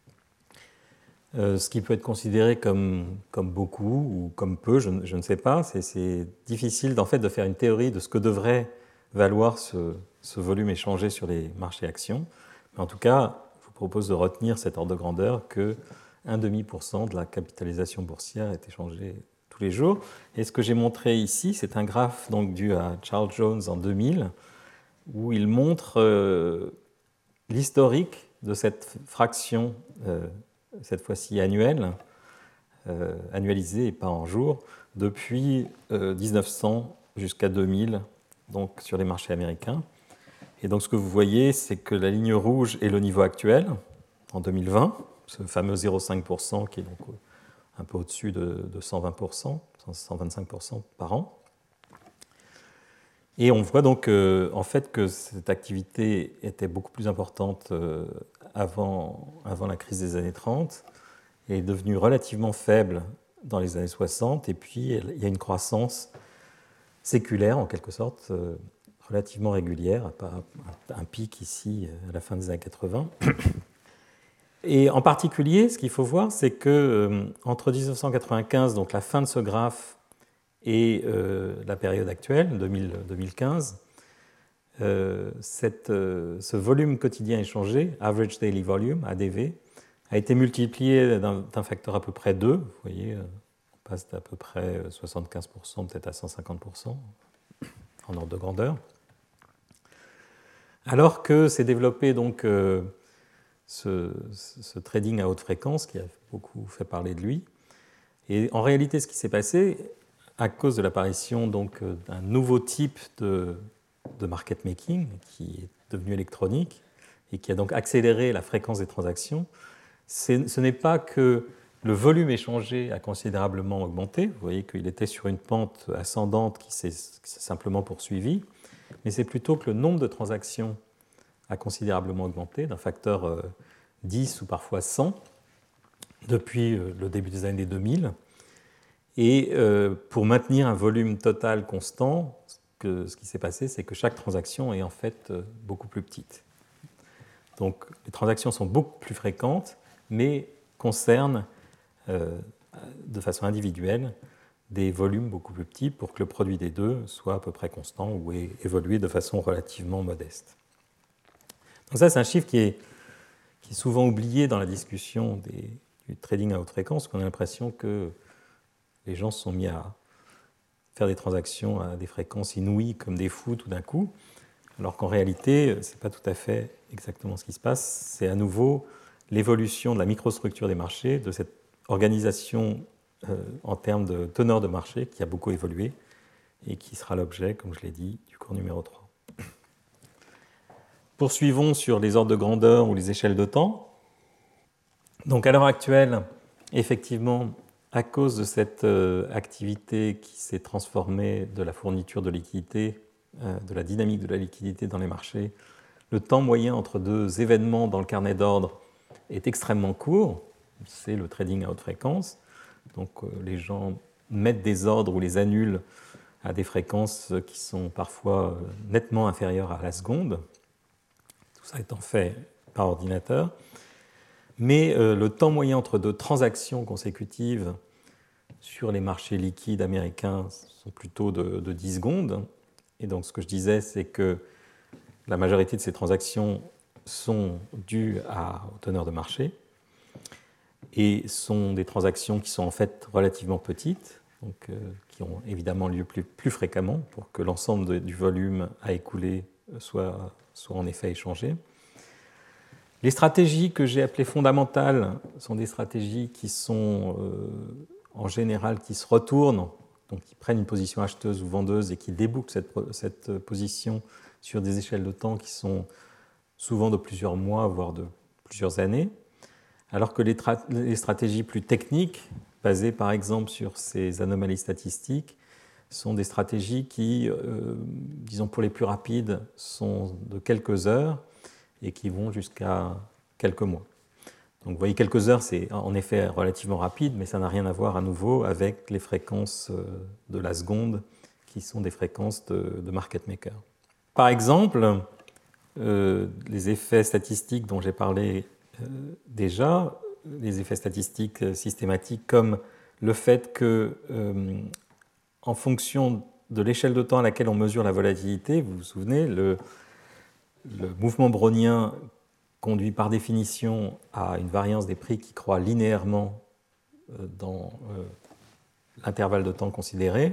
euh, ce qui peut être considéré comme, comme beaucoup ou comme peu, je, je ne sais pas. C'est, c'est difficile en fait, de faire une théorie de ce que devrait valoir ce, ce volume échangé sur les marchés actions. Mais en tout cas, je vous propose de retenir cet ordre de grandeur que un virgule cinq pour cent de la capitalisation boursière est échangée tous les jours. Et ce que j'ai montré ici, c'est un graphe donc, dû à Charles Jones en deux mille, où il montre euh, l'historique de cette fraction, euh, cette fois-ci annuelle, euh, annualisée et pas en jours, depuis euh, dix-neuf cents jusqu'à deux mille, donc sur les marchés américains. Et donc ce que vous voyez, c'est que la ligne rouge est le niveau actuel, en deux mille vingt, ce fameux zéro virgule cinq pour cent qui est donc un peu au-dessus de, de cent vingt pour cent, cent vingt-cinq pour cent par an. Et on voit donc euh, en fait que cette activité était beaucoup plus importante euh, avant, avant la crise des années trente, et est devenue relativement faible dans les années soixante, et puis il y a une croissance séculaire en quelque sorte, euh, relativement régulière, à part un pic ici à la fin des années quatre-vingts. Et en particulier, ce qu'il faut voir, c'est que euh, entre dix-neuf cent quatre-vingt-quinze, donc la fin de ce graphe, et euh, la période actuelle, deux mille, deux mille quinze, euh, cette, euh, ce volume quotidien échangé, Average Daily Volume, A D V, a été multiplié d'un, d'un facteur à peu près deux. Vous voyez, on passe d'à peu près soixante-quinze pour cent peut-être à cent cinquante pour cent en ordre de grandeur. Alors que s'est développé donc euh, ce, ce trading à haute fréquence qui a beaucoup fait parler de lui. Et en réalité, ce qui s'est passé, à cause de l'apparition donc d'un nouveau type de, de market making qui est devenu électronique et qui a donc accéléré la fréquence des transactions, c'est, ce n'est pas que le volume échangé a considérablement augmenté. Vous voyez qu'il était sur une pente ascendante qui s'est, qui s'est simplement poursuivie, mais c'est plutôt que le nombre de transactions a considérablement augmenté, d'un facteur euh, dix ou parfois cent, depuis euh, le début des années deux mille. Et euh, pour maintenir un volume total constant, que, ce qui s'est passé, c'est que chaque transaction est en fait euh, beaucoup plus petite. Donc les transactions sont beaucoup plus fréquentes, mais concernent euh, de façon individuelle des volumes beaucoup plus petits pour que le produit des deux soit à peu près constant ou ait évolué de façon relativement modeste. Donc ça, c'est un chiffre qui est, qui est souvent oublié dans la discussion des, du trading à haute fréquence, qu'on a l'impression que les gens se sont mis à faire des transactions à des fréquences inouïes comme des fous tout d'un coup, alors qu'en réalité, ce n'est pas tout à fait exactement ce qui se passe. C'est à nouveau l'évolution de la microstructure des marchés, de cette organisation euh, en termes de teneur de marché qui a beaucoup évolué et qui sera l'objet, comme je l'ai dit, du cours numéro trois. Poursuivons sur les ordres de grandeur ou les échelles de temps. Donc à l'heure actuelle, effectivement, à cause de cette euh, activité qui s'est transformée de la fourniture de liquidités, euh, de la dynamique de la liquidité dans les marchés, le temps moyen entre deux événements dans le carnet d'ordre est extrêmement court. C'est le trading à haute fréquence. Donc euh, les gens mettent des ordres ou les annulent à des fréquences qui sont parfois euh, nettement inférieures à la seconde. Tout ça étant fait par ordinateur. Mais euh, le temps moyen entre deux transactions consécutives sur les marchés liquides américains sont plutôt de, de dix secondes. Et donc ce que je disais, c'est que la majorité de ces transactions sont dues à, aux teneurs de marché et sont des transactions qui sont en fait relativement petites, donc, euh, qui ont évidemment lieu plus, plus fréquemment pour que l'ensemble de, du volume à écouler soit, soit en effet échangé. Les stratégies que j'ai appelées fondamentales sont des stratégies qui sont euh, en général qui se retournent, donc qui prennent une position acheteuse ou vendeuse et qui débouclent cette, cette position sur des échelles de temps qui sont souvent de plusieurs mois, voire de plusieurs années, alors que les, tra- les stratégies plus techniques, basées par exemple sur ces anomalies statistiques, sont des stratégies qui, euh, disons pour les plus rapides, sont de quelques heures et qui vont jusqu'à quelques mois. Donc vous voyez, quelques heures, c'est en effet relativement rapide, mais ça n'a rien à voir à nouveau avec les fréquences de la seconde, qui sont des fréquences de, de market maker. Par exemple, euh, les effets statistiques dont j'ai parlé euh, déjà, les effets statistiques systématiques, comme le fait que, euh, en fonction de l'échelle de temps à laquelle on mesure la volatilité, vous vous souvenez, le, le mouvement brownien conduit par définition à une variance des prix qui croît linéairement dans l'intervalle de temps considéré.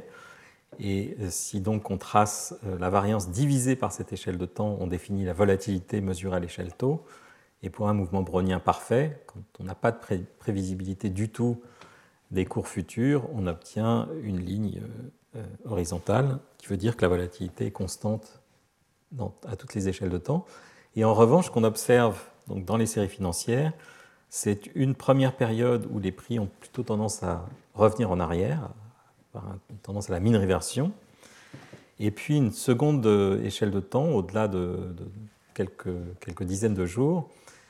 Et si donc on trace la variance divisée par cette échelle de temps, on définit la volatilité mesurée à l'échelle taux. Et pour un mouvement brownien parfait, quand on n'a pas de pré- prévisibilité du tout des cours futurs, on obtient une ligne horizontale qui veut dire que la volatilité est constante dans, à toutes les échelles de temps. Et en revanche, ce qu'on observe donc, dans les séries financières, c'est une première période où les prix ont plutôt tendance à revenir en arrière, par une tendance à la mean réversion, et puis une seconde échelle de temps, au-delà de, de quelques, quelques dizaines de jours,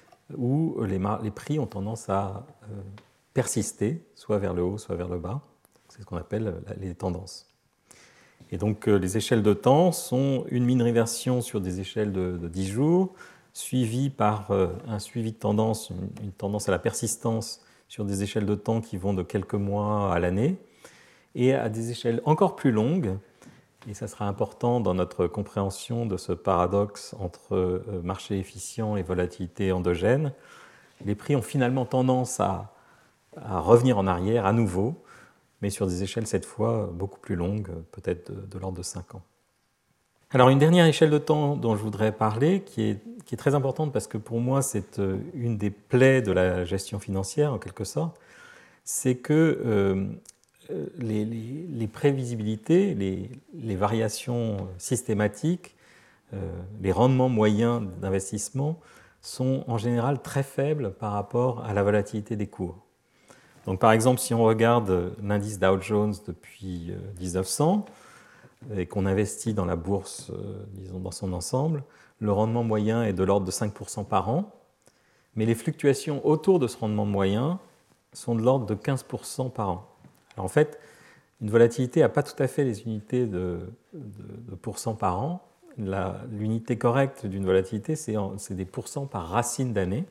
où les, les prix ont tendance à euh, persister, soit vers le haut, soit vers le bas. C'est ce qu'on appelle les tendances. Et donc les échelles de temps sont une mean réversion sur des échelles de, de dix jours, suivie par euh, un suivi de tendance, une, une tendance à la persistance sur des échelles de temps qui vont de quelques mois à l'année, et à des échelles encore plus longues, et ça sera important dans notre compréhension de ce paradoxe entre euh, marché efficient et volatilité endogène. Les prix ont finalement tendance à, à revenir en arrière à nouveau, mais sur des échelles cette fois beaucoup plus longues, peut-être de, de l'ordre de cinq ans. Alors une dernière échelle de temps dont je voudrais parler, qui est, qui est très importante parce que pour moi c'est une des plaies de la gestion financière en quelque sorte, c'est que euh, les, les, les prévisibilités, les, les variations systématiques, euh, les rendements moyens d'investissement sont en général très faibles par rapport à la volatilité des cours. Donc, par exemple, si on regarde l'indice Dow Jones depuis mille neuf cents, et qu'on investit dans la bourse, euh, disons dans son ensemble, le rendement moyen est de l'ordre de cinq pour cent par an, mais les fluctuations autour de ce rendement moyen sont de l'ordre de quinze pour cent par an. Alors en fait, une volatilité n'a pas tout à fait les unités de, de, de pourcents par an. La, l'unité correcte d'une volatilité, c'est, en, c'est des pourcents par racine d'année,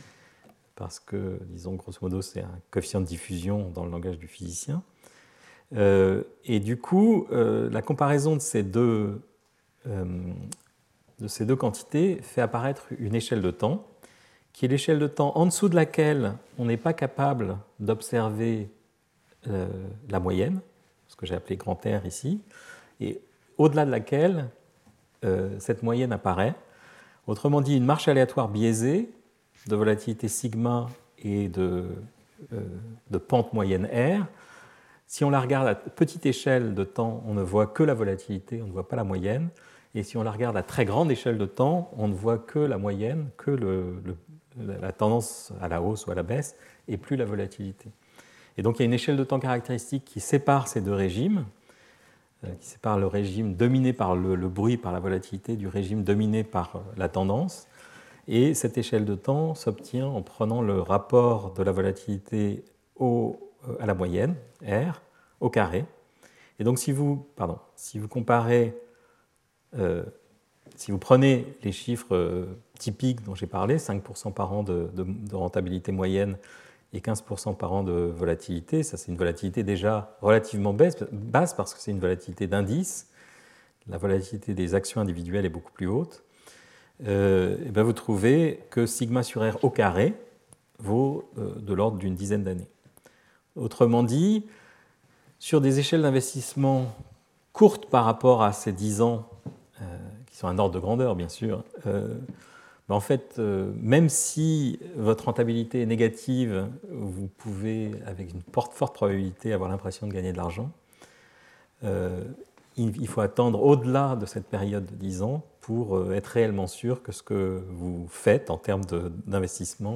parce que, disons, grosso modo, c'est un coefficient de diffusion dans le langage du physicien. Euh, et du coup, euh, la comparaison de ces, deux, euh, de ces deux quantités fait apparaître une échelle de temps, qui est l'échelle de temps en dessous de laquelle on n'est pas capable d'observer euh, la moyenne, ce que j'ai appelé grand R ici, et au-delà de laquelle euh, cette moyenne apparaît. Autrement dit, une marche aléatoire biaisée de volatilité sigma et de, euh, de pente moyenne R. Si on la regarde à petite échelle de temps, on ne voit que la volatilité, on ne voit pas la moyenne. Et si on la regarde à très grande échelle de temps, on ne voit que la moyenne, que le, le, la tendance à la hausse ou à la baisse, et plus la volatilité. Et donc il y a une échelle de temps caractéristique qui sépare ces deux régimes, euh, qui sépare le régime dominé par le, le bruit, par la volatilité, du régime dominé par euh, la tendance. Et cette échelle de temps s'obtient en prenant le rapport de la volatilité au, euh, à la moyenne, R, au carré. Et donc si vous, pardon, si vous comparez, euh, si vous prenez les chiffres euh, typiques dont j'ai parlé, cinq pour cent par an de, de, de rentabilité moyenne et quinze pour cent par an de volatilité, ça c'est une volatilité déjà relativement basse, basse parce que c'est une volatilité d'indice. La volatilité des actions individuelles est beaucoup plus haute. Euh, et bien vous trouvez que sigma sur R au carré vaut euh, de l'ordre d'une dizaine d'années. Autrement dit, sur des échelles d'investissement courtes par rapport à ces dix ans, euh, qui sont un ordre de grandeur bien sûr, euh, ben en fait, euh, même si votre rentabilité est négative, vous pouvez, avec une forte probabilité, avoir l'impression de gagner de l'argent. Euh, il faut attendre au-delà de cette période de dix ans pour être réellement sûr que ce que vous faites en termes de, d'investissement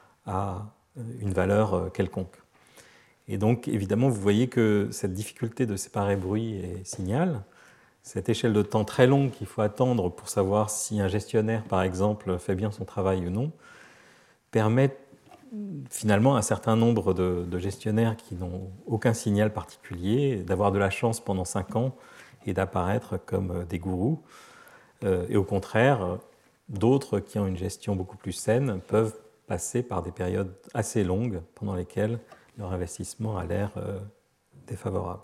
a une valeur quelconque. Et donc, évidemment, vous voyez que cette difficulté de séparer bruit et signal, cette échelle de temps très longue qu'il faut attendre pour savoir si un gestionnaire, par exemple, fait bien son travail ou non, permet finalement à un certain nombre de, de gestionnaires qui n'ont aucun signal particulier d'avoir de la chance pendant cinq ans et d'apparaître comme des gourous. Euh, et au contraire, d'autres qui ont une gestion beaucoup plus saine peuvent passer par des périodes assez longues pendant lesquelles leur investissement a l'air euh, défavorable.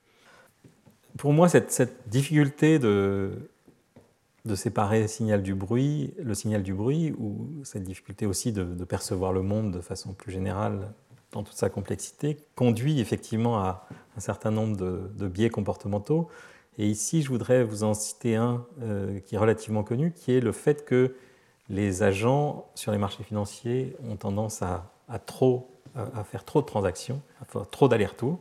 Pour moi, cette, cette difficulté de, de séparer le signal du bruit, le signal du bruit, ou cette difficulté aussi de, de percevoir le monde de façon plus générale dans toute sa complexité, conduit effectivement à un certain nombre de, de biais comportementaux. Et ici, je voudrais vous en citer un euh, qui est relativement connu, qui est le fait que les agents sur les marchés financiers ont tendance à, à, trop, à, à faire trop de transactions, à faire trop d'allers-retours.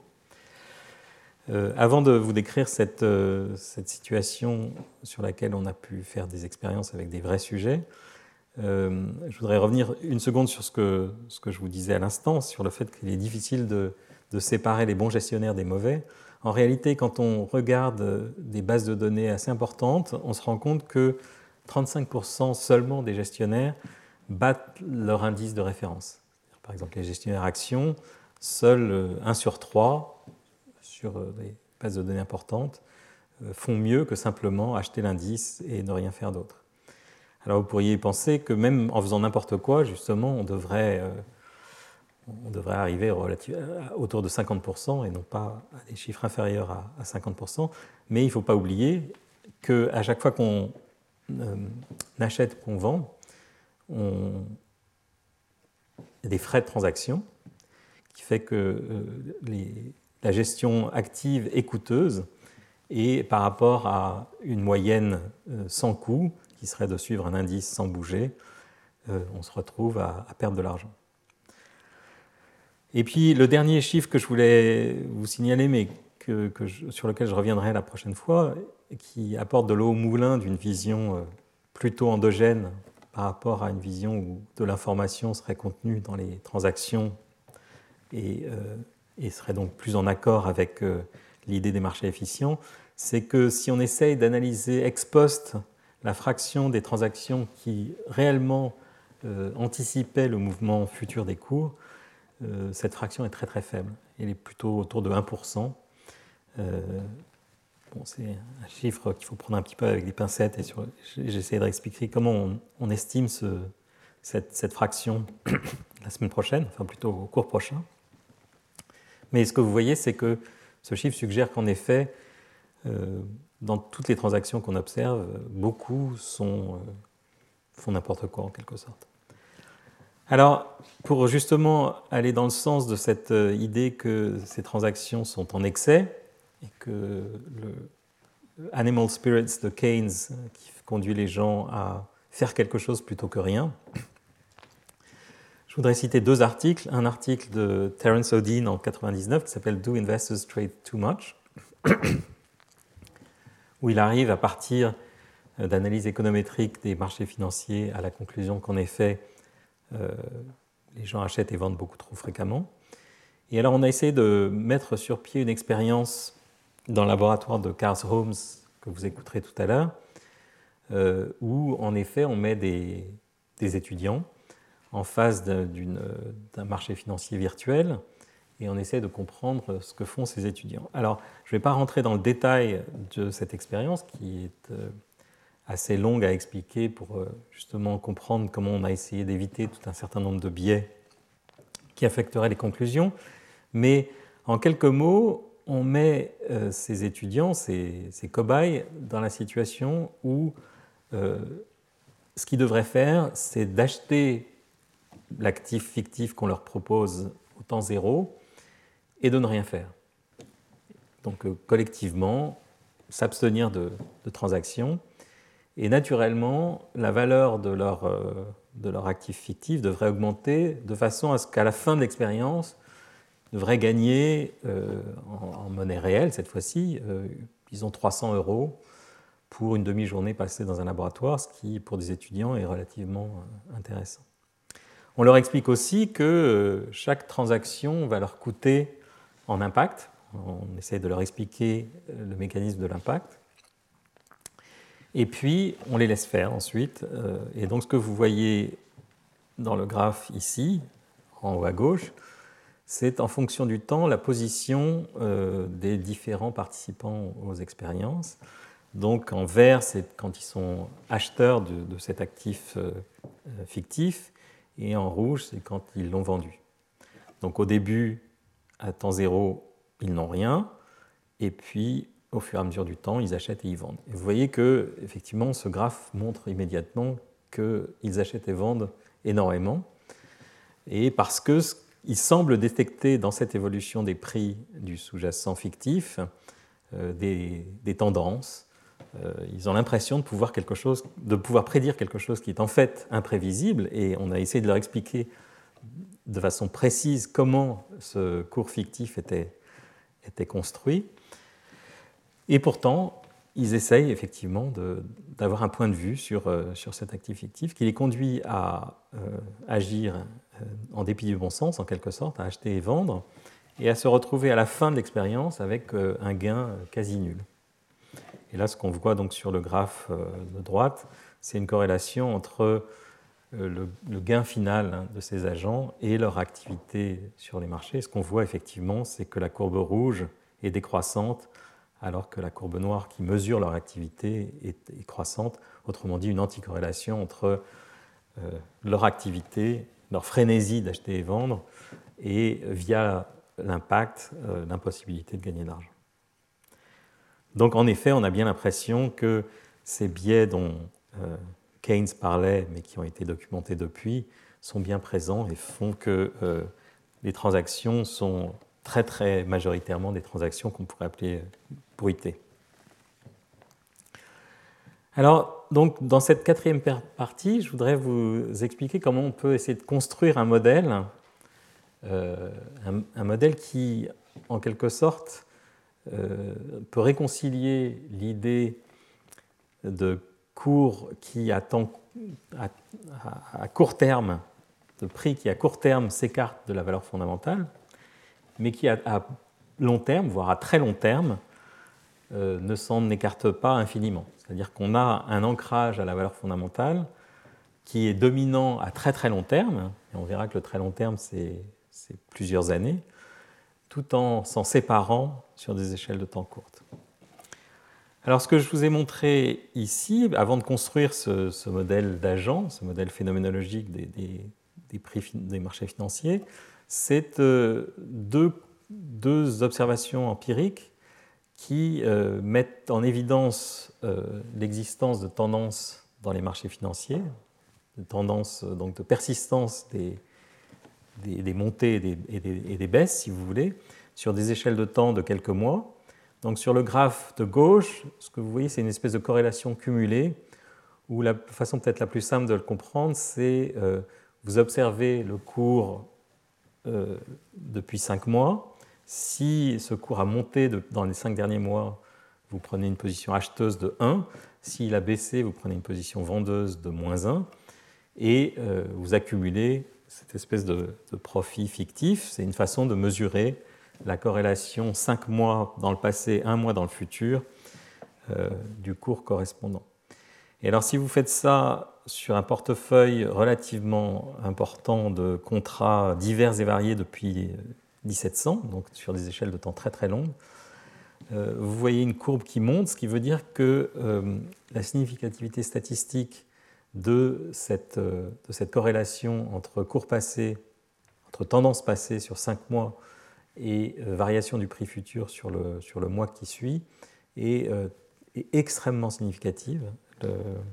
Euh, avant de vous décrire cette, euh, cette situation sur laquelle on a pu faire des expériences avec des vrais sujets, euh, je voudrais revenir une seconde sur ce que, ce que je vous disais à l'instant, sur le fait qu'il est difficile de, de séparer les bons gestionnaires des mauvais. En réalité, quand on regarde des bases de données assez importantes, on se rend compte que trente-cinq pour cent seulement des gestionnaires battent leur indice de référence. Par exemple, les gestionnaires actions, seul un sur trois sur des bases de données importantes font mieux que simplement acheter l'indice et ne rien faire d'autre. Alors vous pourriez penser que même en faisant n'importe quoi, justement, on devrait... Euh, on devrait arriver autour de cinquante pour cent et non pas à des chiffres inférieurs à cinquante pour cent. Mais il ne faut pas oublier qu'à chaque fois qu'on euh, achète, qu'on vend, on... il y a des frais de transaction qui fait que euh, les... la gestion active est coûteuse et par rapport à une moyenne euh, sans coût, qui serait de suivre un indice sans bouger, euh, on se retrouve à, à perdre de l'argent. Et puis le dernier chiffre que je voulais vous signaler, mais que, que je, sur lequel je reviendrai la prochaine fois, qui apporte de l'eau au moulin d'une vision plutôt endogène par rapport à une vision où de l'information serait contenue dans les transactions et, euh, et serait donc plus en accord avec euh, l'idée des marchés efficients, c'est que si on essaye d'analyser ex post la fraction des transactions qui réellement euh, anticipaient le mouvement futur des cours, euh, cette fraction est très très faible. Elle est plutôt autour de un pour cent. Euh, bon, c'est un chiffre qu'il faut prendre un petit peu avec des pincettes, et sur, j'essaie d'expliquer comment on, on estime ce, cette, cette fraction la semaine prochaine, enfin plutôt au cours prochain. Mais ce que vous voyez, c'est que ce chiffre suggère qu'en effet, euh, dans toutes les transactions qu'on observe, beaucoup sont, euh, font n'importe quoi en quelque sorte. Alors, pour justement aller dans le sens de cette idée que ces transactions sont en excès et que le Animal Spirits de Keynes, qui conduit les gens à faire quelque chose plutôt que rien, je voudrais citer deux articles. Un article de Terence O'Dean en quatre-vingt-dix-neuf qui s'appelle « Do Investors Trade Too Much ?», où il arrive à partir d'analyses économétriques des marchés financiers à la conclusion qu'en effet, euh, les gens achètent et vendent beaucoup trop fréquemment. Et alors on a essayé de mettre sur pied une expérience dans le laboratoire de Carl Holmes, que vous écouterez tout à l'heure, euh, où en effet on met des, des étudiants en face d'une, d'un marché financier virtuel, et on essaie de comprendre ce que font ces étudiants. Alors, je ne vais pas rentrer dans le détail de cette expérience, qui est assez longue à expliquer pour justement comprendre comment on a essayé d'éviter tout un certain nombre de biais qui affecteraient les conclusions, mais en quelques mots, on met ces étudiants, ces, ces cobayes, dans la situation où euh, ce qu'ils devraient faire, c'est d'acheter l'actif fictif qu'on leur propose au temps zéro et de ne rien faire. Donc euh, collectivement, s'abstenir de, de transactions, et naturellement, la valeur de leur, euh, de leur actif fictif devrait augmenter de façon à ce qu'à la fin de l'expérience, ils devraient gagner euh, en, en monnaie réelle, cette fois-ci, euh, disons trois cents euros pour une demi-journée passée dans un laboratoire, ce qui, pour des étudiants, est relativement euh, intéressant. On leur explique aussi que chaque transaction va leur coûter en impact. On essaie de leur expliquer le mécanisme de l'impact. Et puis, on les laisse faire ensuite. Et donc, ce que vous voyez dans le graphe ici, en haut à gauche, c'est en fonction du temps la position des différents participants aux expériences. Donc, en vert, c'est quand ils sont acheteurs de, de cet actif fictif. Et en rouge, c'est quand ils l'ont vendu. Donc au début, à temps zéro, ils n'ont rien, et puis au fur et à mesure du temps, ils achètent et ils vendent. Et vous voyez que, effectivement, ce graphe montre immédiatement qu'ils achètent et vendent énormément, et parce qu'ils semblent détecter dans cette évolution des prix du sous-jacent fictif euh, des, des tendances. Euh, ils ont l'impression de pouvoir, quelque chose, de pouvoir prédire quelque chose qui est en fait imprévisible, et on a essayé de leur expliquer de façon précise comment ce cours fictif était, était construit. Et pourtant, ils essayent effectivement de, d'avoir un point de vue sur, euh, sur cet actif fictif qui les conduit à euh, agir euh, en dépit du bon sens, en quelque sorte, à acheter et vendre, et à se retrouver à la fin de l'expérience avec euh, un gain quasi nul. Et là, ce qu'on voit donc sur le graphe de droite, c'est une corrélation entre le, le gain final de ces agents et leur activité sur les marchés. Ce qu'on voit effectivement, c'est que la courbe rouge est décroissante, alors que la courbe noire qui mesure leur activité est, est croissante. Autrement dit, une anticorrélation entre euh, leur activité, leur frénésie d'acheter et vendre, et via l'impact, euh, l'impossibilité de gagner de l'argent. Donc, en effet, on a bien l'impression que ces biais dont euh, Keynes parlait, mais qui ont été documentés depuis, sont bien présents et font que euh, les transactions sont très, très majoritairement des transactions qu'on pourrait appeler bruitées. Alors, donc, dans cette quatrième partie, je voudrais vous expliquer comment on peut essayer de construire un modèle, euh, un, un modèle qui, en quelque sorte, Euh, peut réconcilier l'idée de cours qui, à, temps, à, à court terme, de prix qui, à court terme, s'écarte de la valeur fondamentale, mais qui, à, à long terme, voire à très long terme, euh, ne s'en écarte pas infiniment. C'est-à-dire qu'on a un ancrage à la valeur fondamentale qui est dominant à très très long terme, et on verra que le très long terme, c'est, c'est plusieurs années, tout en s'en séparant sur des échelles de temps courtes. Alors, ce que je vous ai montré ici, avant de construire ce, ce modèle d'agent, ce modèle phénoménologique des, des, des prix des marchés financiers, c'est euh, deux, deux observations empiriques qui euh, mettent en évidence euh, l'existence de tendances dans les marchés financiers, de tendances donc de persistance des, des, des montées et des, et, des, et des baisses, si vous voulez, sur des échelles de temps de quelques mois. Donc sur le graphe de gauche, ce que vous voyez, c'est une espèce de corrélation cumulée, où la façon peut-être la plus simple de le comprendre, c'est euh, vous observez le cours euh, depuis cinq mois. Si ce cours a monté de, dans les cinq derniers mois, vous prenez une position acheteuse de un. S'il a baissé, vous prenez une position vendeuse de moins un. Et euh, vous accumulez cette espèce de, de profit fictif. C'est une façon de mesurer la corrélation cinq mois dans le passé, un mois dans le futur euh, du cours correspondant. Et alors si vous faites ça sur un portefeuille relativement important de contrats divers et variés depuis dix-sept cents, donc sur des échelles de temps très très longues, euh, vous voyez une courbe qui monte, ce qui veut dire que euh, la significativité statistique de cette, euh, de cette corrélation entre cours passé, entre tendance passée sur cinq mois et euh, variation du prix futur sur le, sur le mois qui suit est, euh, est extrêmement significative. Le,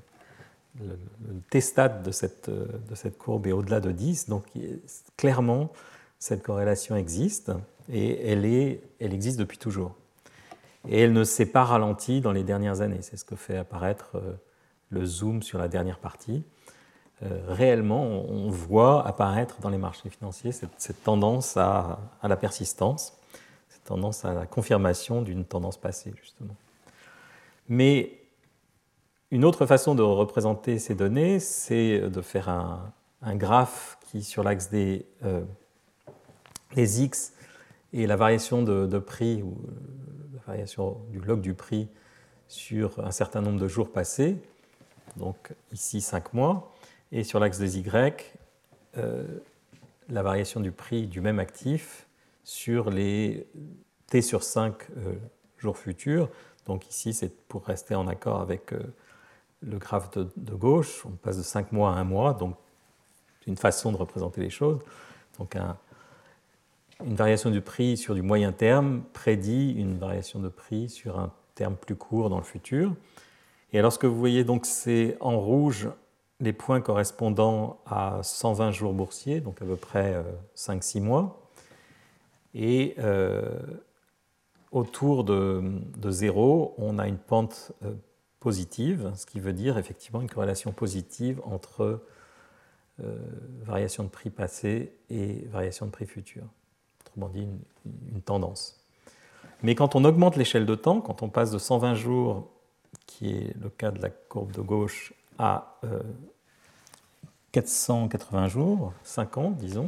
le, le T-stat de cette, de cette courbe est au-delà de dix, donc clairement cette corrélation existe et elle, est, elle existe depuis toujours. Et elle ne s'est pas ralentie dans les dernières années, c'est ce que fait apparaître euh, le zoom sur la dernière partie. Euh, réellement, on voit apparaître dans les marchés financiers cette, cette tendance à, à la persistance, cette tendance à la confirmation d'une tendance passée, justement. Mais une autre façon de représenter ces données, c'est de faire un, un graphe qui, sur l'axe des, euh, des X et la variation de, de prix, ou la variation du log du prix sur un certain nombre de jours passés, donc ici cinq mois, et sur l'axe des Y, euh, la variation du prix du même actif sur les T sur cinq euh, jours futurs. Donc ici, c'est pour rester en accord avec euh, le graphe de, de gauche, on passe de cinq mois à un mois, donc c'est une façon de représenter les choses. Donc un, une variation du prix sur du moyen terme prédit une variation de prix sur un terme plus court dans le futur. Et alors ce que vous voyez, donc, c'est en rouge les points correspondant à cent vingt jours boursiers, donc à peu près cinq six mois. Et euh, autour de, de zéro, on a une pente euh, positive, ce qui veut dire effectivement une corrélation positive entre euh, variation de prix passé et variation de prix futur. Autrement dit, une, une tendance. Mais quand on augmente l'échelle de temps, quand on passe de cent vingt jours, qui est le cas de la courbe de gauche, à euh, quatre cent quatre-vingts jours, cinq ans, disons,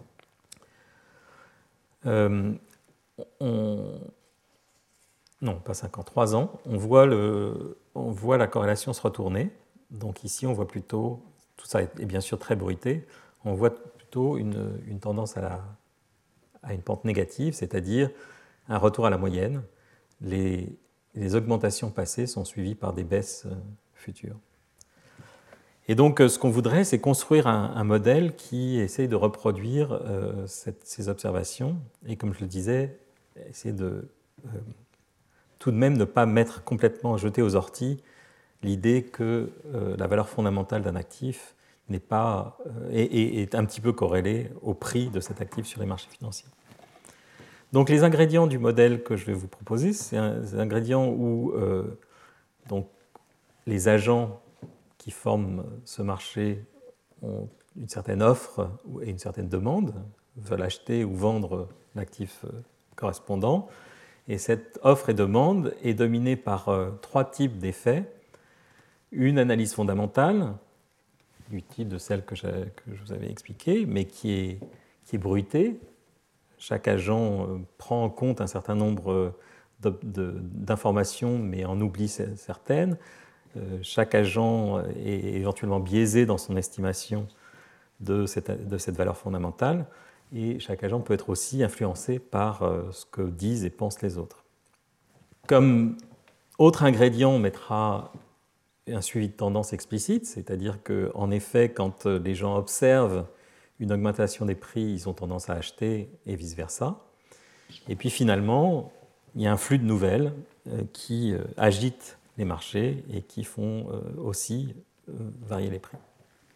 euh, on, non, pas cinq ans, trois ans, on voit, le, on voit la corrélation se retourner. Donc ici, on voit plutôt, tout ça est bien sûr très bruité, on voit plutôt une, une tendance à, la, à une pente négative, c'est-à-dire un retour à la moyenne. Les, les augmentations passées sont suivies par des baisses futures. Et donc, ce qu'on voudrait, c'est construire un, un modèle qui essaye de reproduire euh, cette, ces observations et, comme je le disais, essayer de euh, tout de même ne pas mettre complètement jeté aux orties l'idée que euh, la valeur fondamentale d'un actif n'est pas, euh, est, est un petit peu corrélée au prix de cet actif sur les marchés financiers. Donc, les ingrédients du modèle que je vais vous proposer, c'est un, des ingrédients où euh, donc, les agents qui forment ce marché ont une certaine offre et une certaine demande, veulent acheter ou vendre l'actif correspondant. Et cette offre et demande est dominée par euh, trois types d'effets. Une analyse fondamentale, du type de celle que, que je vous avais expliquée, mais qui est, qui est bruitée. Chaque agent euh, prend en compte un certain nombre d'informations, mais en oublie certaines. Euh, chaque agent est éventuellement biaisé dans son estimation de cette, de cette valeur fondamentale, et chaque agent peut être aussi influencé par euh, ce que disent et pensent les autres. Comme autre ingrédient, on mettra un suivi de tendance explicite, c'est-à-dire qu'en effet, quand les gens observent une augmentation des prix, ils ont tendance à acheter et vice-versa. Et puis finalement, il y a un flux de nouvelles euh, qui euh, agitent les marchés et qui font euh, aussi euh, varier les prix.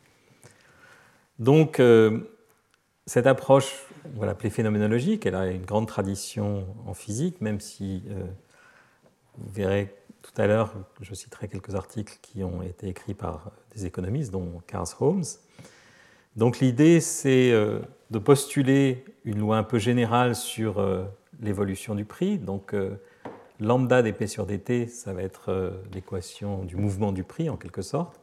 Donc, euh, cette approche, on va l'appeler phénoménologique, elle a une grande tradition en physique, même si euh, vous verrez tout à l'heure, je citerai quelques articles qui ont été écrits par des économistes, dont Carl Holmes. Donc l'idée, c'est euh, de postuler une loi un peu générale sur euh, l'évolution du prix. Donc euh, lambda dp sur dt, ça va être euh, l'équation du mouvement du prix, en quelque sorte.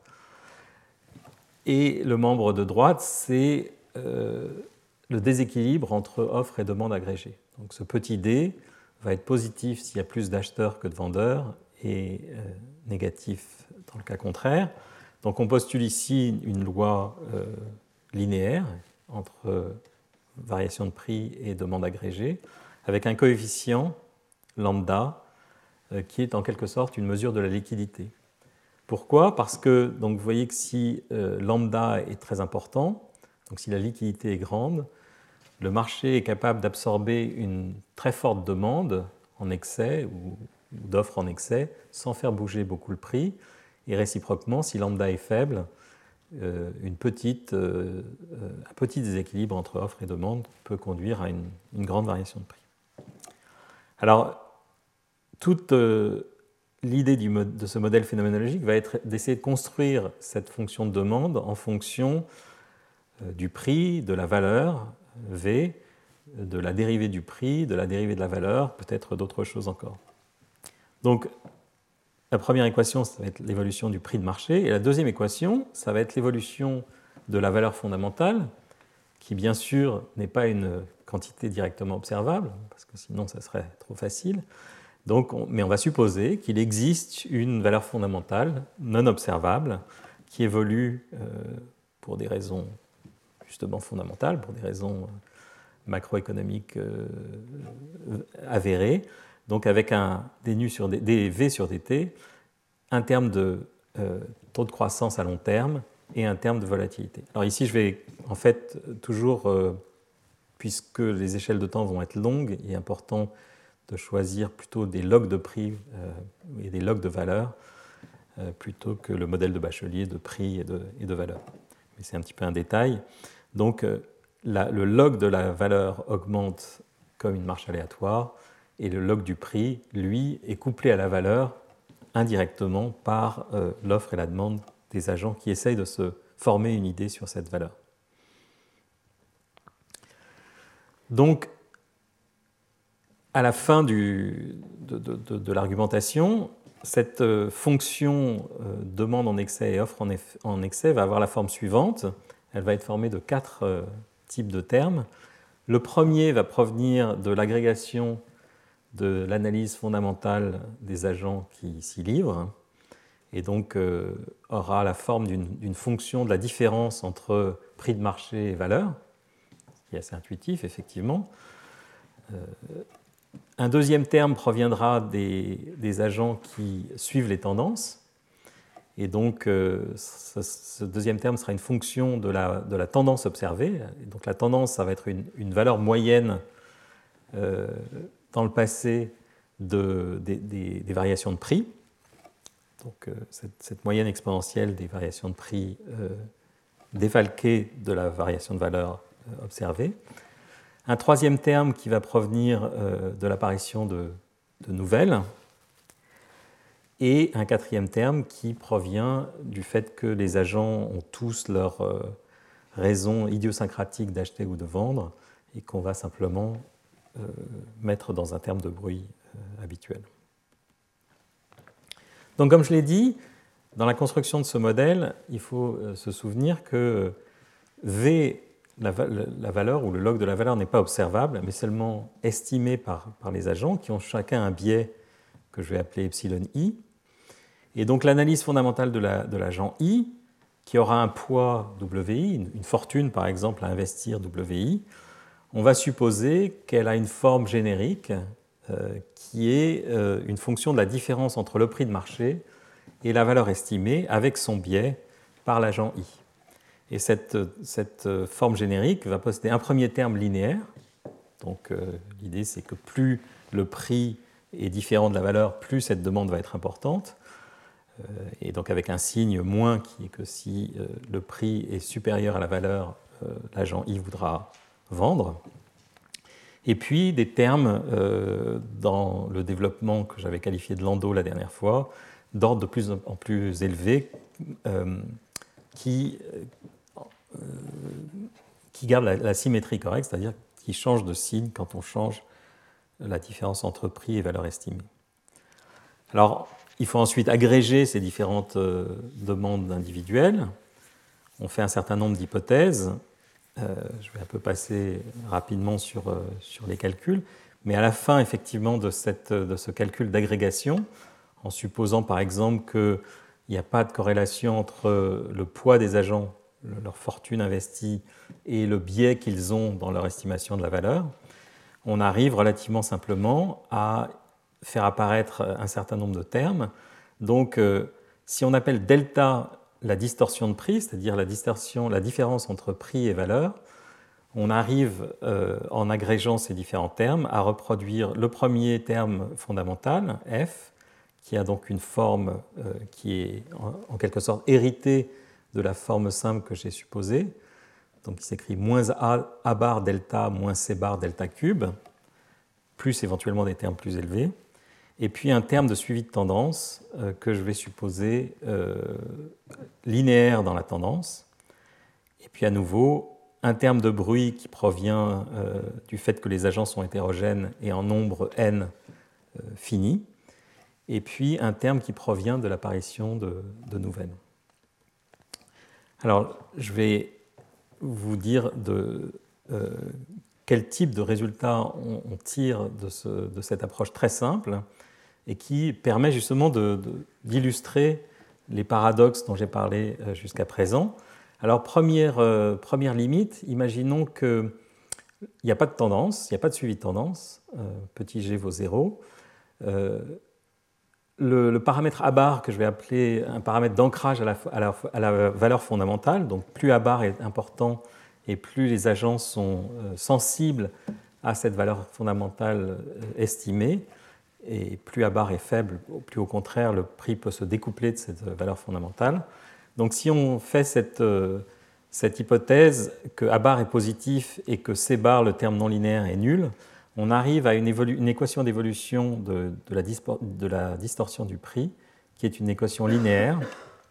Et le membre de droite, c'est euh, le déséquilibre entre offre et demande agrégée. Donc ce petit d va être positif s'il y a plus d'acheteurs que de vendeurs et euh, négatif dans le cas contraire. Donc on postule ici une loi euh, linéaire entre euh, variation de prix et demande agrégée, avec un coefficient lambda euh, qui est en quelque sorte une mesure de la liquidité. Pourquoi ? Parce que donc, vous voyez que si euh, lambda est très important, donc si la liquidité est grande, le marché est capable d'absorber une très forte demande en excès ou, ou d'offre en excès sans faire bouger beaucoup le prix. Et réciproquement, si lambda est faible, euh, une petite, euh, un petit déséquilibre entre offre et demande peut conduire à une, une grande variation de prix. Alors, toute euh, l'idée du, de ce modèle phénoménologique va être d'essayer de construire cette fonction de demande en fonction euh, du prix, de la valeur, V, de la dérivée du prix, de la dérivée de la valeur, peut-être d'autres choses encore. Donc, la première équation, ça va être l'évolution du prix de marché, et la deuxième équation, ça va être l'évolution de la valeur fondamentale, qui bien sûr n'est pas une quantité directement observable, parce que sinon ça serait trop facile. Donc, on, mais on va supposer qu'il existe une valeur fondamentale non observable qui évolue euh, pour des raisons justement fondamentales, pour des raisons macroéconomiques euh, avérées, donc avec un des, nu sur des, des V sur dt, un terme de euh, taux de croissance à long terme et un terme de volatilité. Alors ici, je vais en fait toujours, euh, puisque les échelles de temps vont être longues, il est important de choisir plutôt des logs de prix euh, et des logs de valeur euh, plutôt que le modèle de Bachelier de prix et de, et de valeur. Mais c'est un petit peu un détail. Donc, euh, la, le log de la valeur augmente comme une marche aléatoire et le log du prix, lui, est couplé à la valeur indirectement par euh, l'offre et la demande des agents qui essayent de se former une idée sur cette valeur. Donc, à la fin du, de, de, de, de l'argumentation, cette euh, fonction euh, demande en excès et offre en, eff, en excès va avoir la forme suivante. Elle va être formée de quatre euh, types de termes. Le premier va provenir de l'agrégation de l'analyse fondamentale des agents qui s'y livrent, et donc euh, aura la forme d'une, d'une fonction de la différence entre prix de marché et valeur, ce qui est assez intuitif, effectivement. Euh, un deuxième terme proviendra des, des agents qui suivent les tendances, et donc euh, ce, ce deuxième terme sera une fonction de la, de la tendance observée. Et donc la tendance, ça va être une, une valeur moyenne euh, dans le passé de, des, des, des variations de prix. Donc euh, cette, cette moyenne exponentielle des variations de prix euh, défalquée de la variation de valeur euh, observée. Un troisième terme qui va provenir euh, de l'apparition de, de nouvelles. Et un quatrième terme qui provient du fait que les agents ont tous leurs euh, raisons idiosyncratiques d'acheter ou de vendre et qu'on va simplement euh, mettre dans un terme de bruit euh, habituel. Donc, comme je l'ai dit, dans la construction de ce modèle, il faut euh, se souvenir que V, la, la valeur ou le log de la valeur n'est pas observable, mais seulement estimé par, par les agents qui ont chacun un biais que je vais appeler epsilon i. Et donc l'analyse fondamentale de, la, de l'agent i, qui aura un poids W I, une, une fortune par exemple à investir W I, on va supposer qu'elle a une forme générique euh, qui est euh, une fonction de la différence entre le prix de marché et la valeur estimée avec son biais par l'agent i. Et cette, cette forme générique va posséder un premier terme linéaire. Donc euh, l'idée c'est que plus le prix est différent de la valeur, plus cette demande va être importante. Euh, et donc avec un signe moins qui est que si euh, le prix est supérieur à la valeur, euh, l'agent I voudra vendre. Et puis des termes euh, dans le développement que j'avais qualifié de Landau la dernière fois, d'ordre de plus en plus élevé, euh, qui Euh, qui garde la, la symétrie correcte, c'est-à-dire qui change de signe quand on change la différence entre prix et valeur estimée. Alors, il faut ensuite agréger ces différentes euh, demandes individuelles. On fait un certain nombre d'hypothèses. Euh, je vais un peu passer rapidement sur, euh, sur les calculs, mais à la fin, effectivement, de, cette, de ce calcul d'agrégation, en supposant par exemple qu'il n'y a pas de corrélation entre le poids des agents, leur fortune investie et le biais qu'ils ont dans leur estimation de la valeur, on arrive relativement simplement à faire apparaître un certain nombre de termes. Donc, euh, si on appelle delta la distorsion de prix, c'est-à-dire la distorsion, la différence entre prix et valeur, on arrive, euh, en agrégeant ces différents termes, à reproduire le premier terme fondamental, f, qui a donc une forme euh, qui est en, en quelque sorte héritée de la forme simple que j'ai supposée. Donc il s'écrit moins a, a bar delta moins c bar delta cube, plus éventuellement des termes plus élevés. Et puis un terme de suivi de tendance euh, que je vais supposer euh, linéaire dans la tendance. Et puis à nouveau, un terme de bruit qui provient euh, du fait que les agents sont hétérogènes et en nombre n euh, fini. Et puis un terme qui provient de l'apparition de, de nouvelles. Alors, je vais vous dire de, euh, quel type de résultats on, on tire de, ce, de cette approche très simple et qui permet justement de, de, d'illustrer les paradoxes dont j'ai parlé jusqu'à présent. Alors, première, euh, première limite, imaginons qu'il n'y a pas de tendance, il n'y a pas de suivi de tendance, euh, petit g vaut zéro. Euh, Le, le paramètre A bar, que je vais appeler un paramètre d'ancrage à la, à, la, à la valeur fondamentale, donc plus A bar est important et plus les agents sont euh, sensibles à cette valeur fondamentale euh, estimée, et plus A bar est faible, plus au contraire le prix peut se découpler de cette valeur fondamentale. Donc si on fait cette, euh, cette hypothèse que A bar est positif et que C bar, le terme non linéaire, est nul, on arrive à une, évolu- une équation d'évolution de, de, la dispo- de la distorsion du prix, qui est une équation linéaire,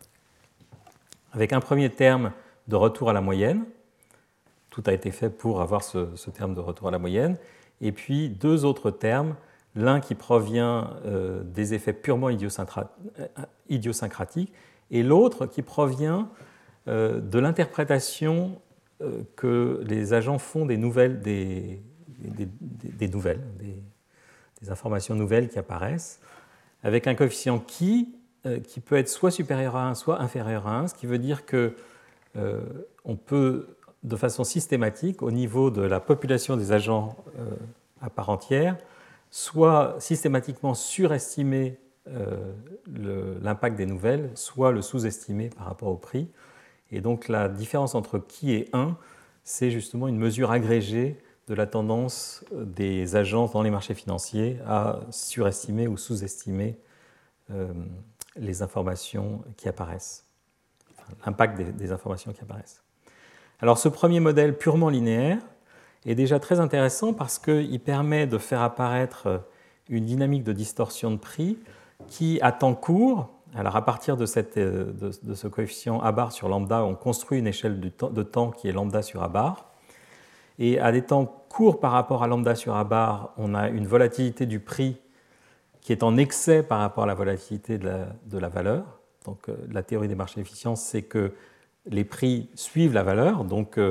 avec un premier terme de retour à la moyenne. Tout a été fait pour avoir ce, ce terme de retour à la moyenne. Et puis deux autres termes, l'un qui provient euh, des effets purement idiosyncra- idiosyncratiques, et l'autre qui provient euh, de l'interprétation euh, que les agents font des nouvelles, des, Des, des, des nouvelles, des, des informations nouvelles qui apparaissent, avec un coefficient qui, euh, qui peut être soit supérieur à un, soit inférieur à un, ce qui veut dire qu'on euh, peut, de façon systématique, au niveau de la population des agents euh, à part entière, soit systématiquement surestimer euh, le, l'impact des nouvelles, soit le sous-estimer par rapport au prix. Et donc la différence entre qui et un, c'est justement une mesure agrégée de la tendance des agents dans les marchés financiers à surestimer ou sous-estimer euh, les informations qui apparaissent, enfin, l'impact des, des informations qui apparaissent. Alors ce premier modèle purement linéaire est déjà très intéressant parce qu'il permet de faire apparaître une dynamique de distorsion de prix qui, à temps court, alors à partir de, cette, de, de ce coefficient A bar sur lambda, on construit une échelle de temps, de temps qui est lambda sur A bar. Et à des temps courts par rapport à lambda sur A bar, on a une volatilité du prix qui est en excès par rapport à la volatilité de la, de la valeur. Donc euh, la théorie des marchés d'efficience, c'est que les prix suivent la valeur. Donc euh,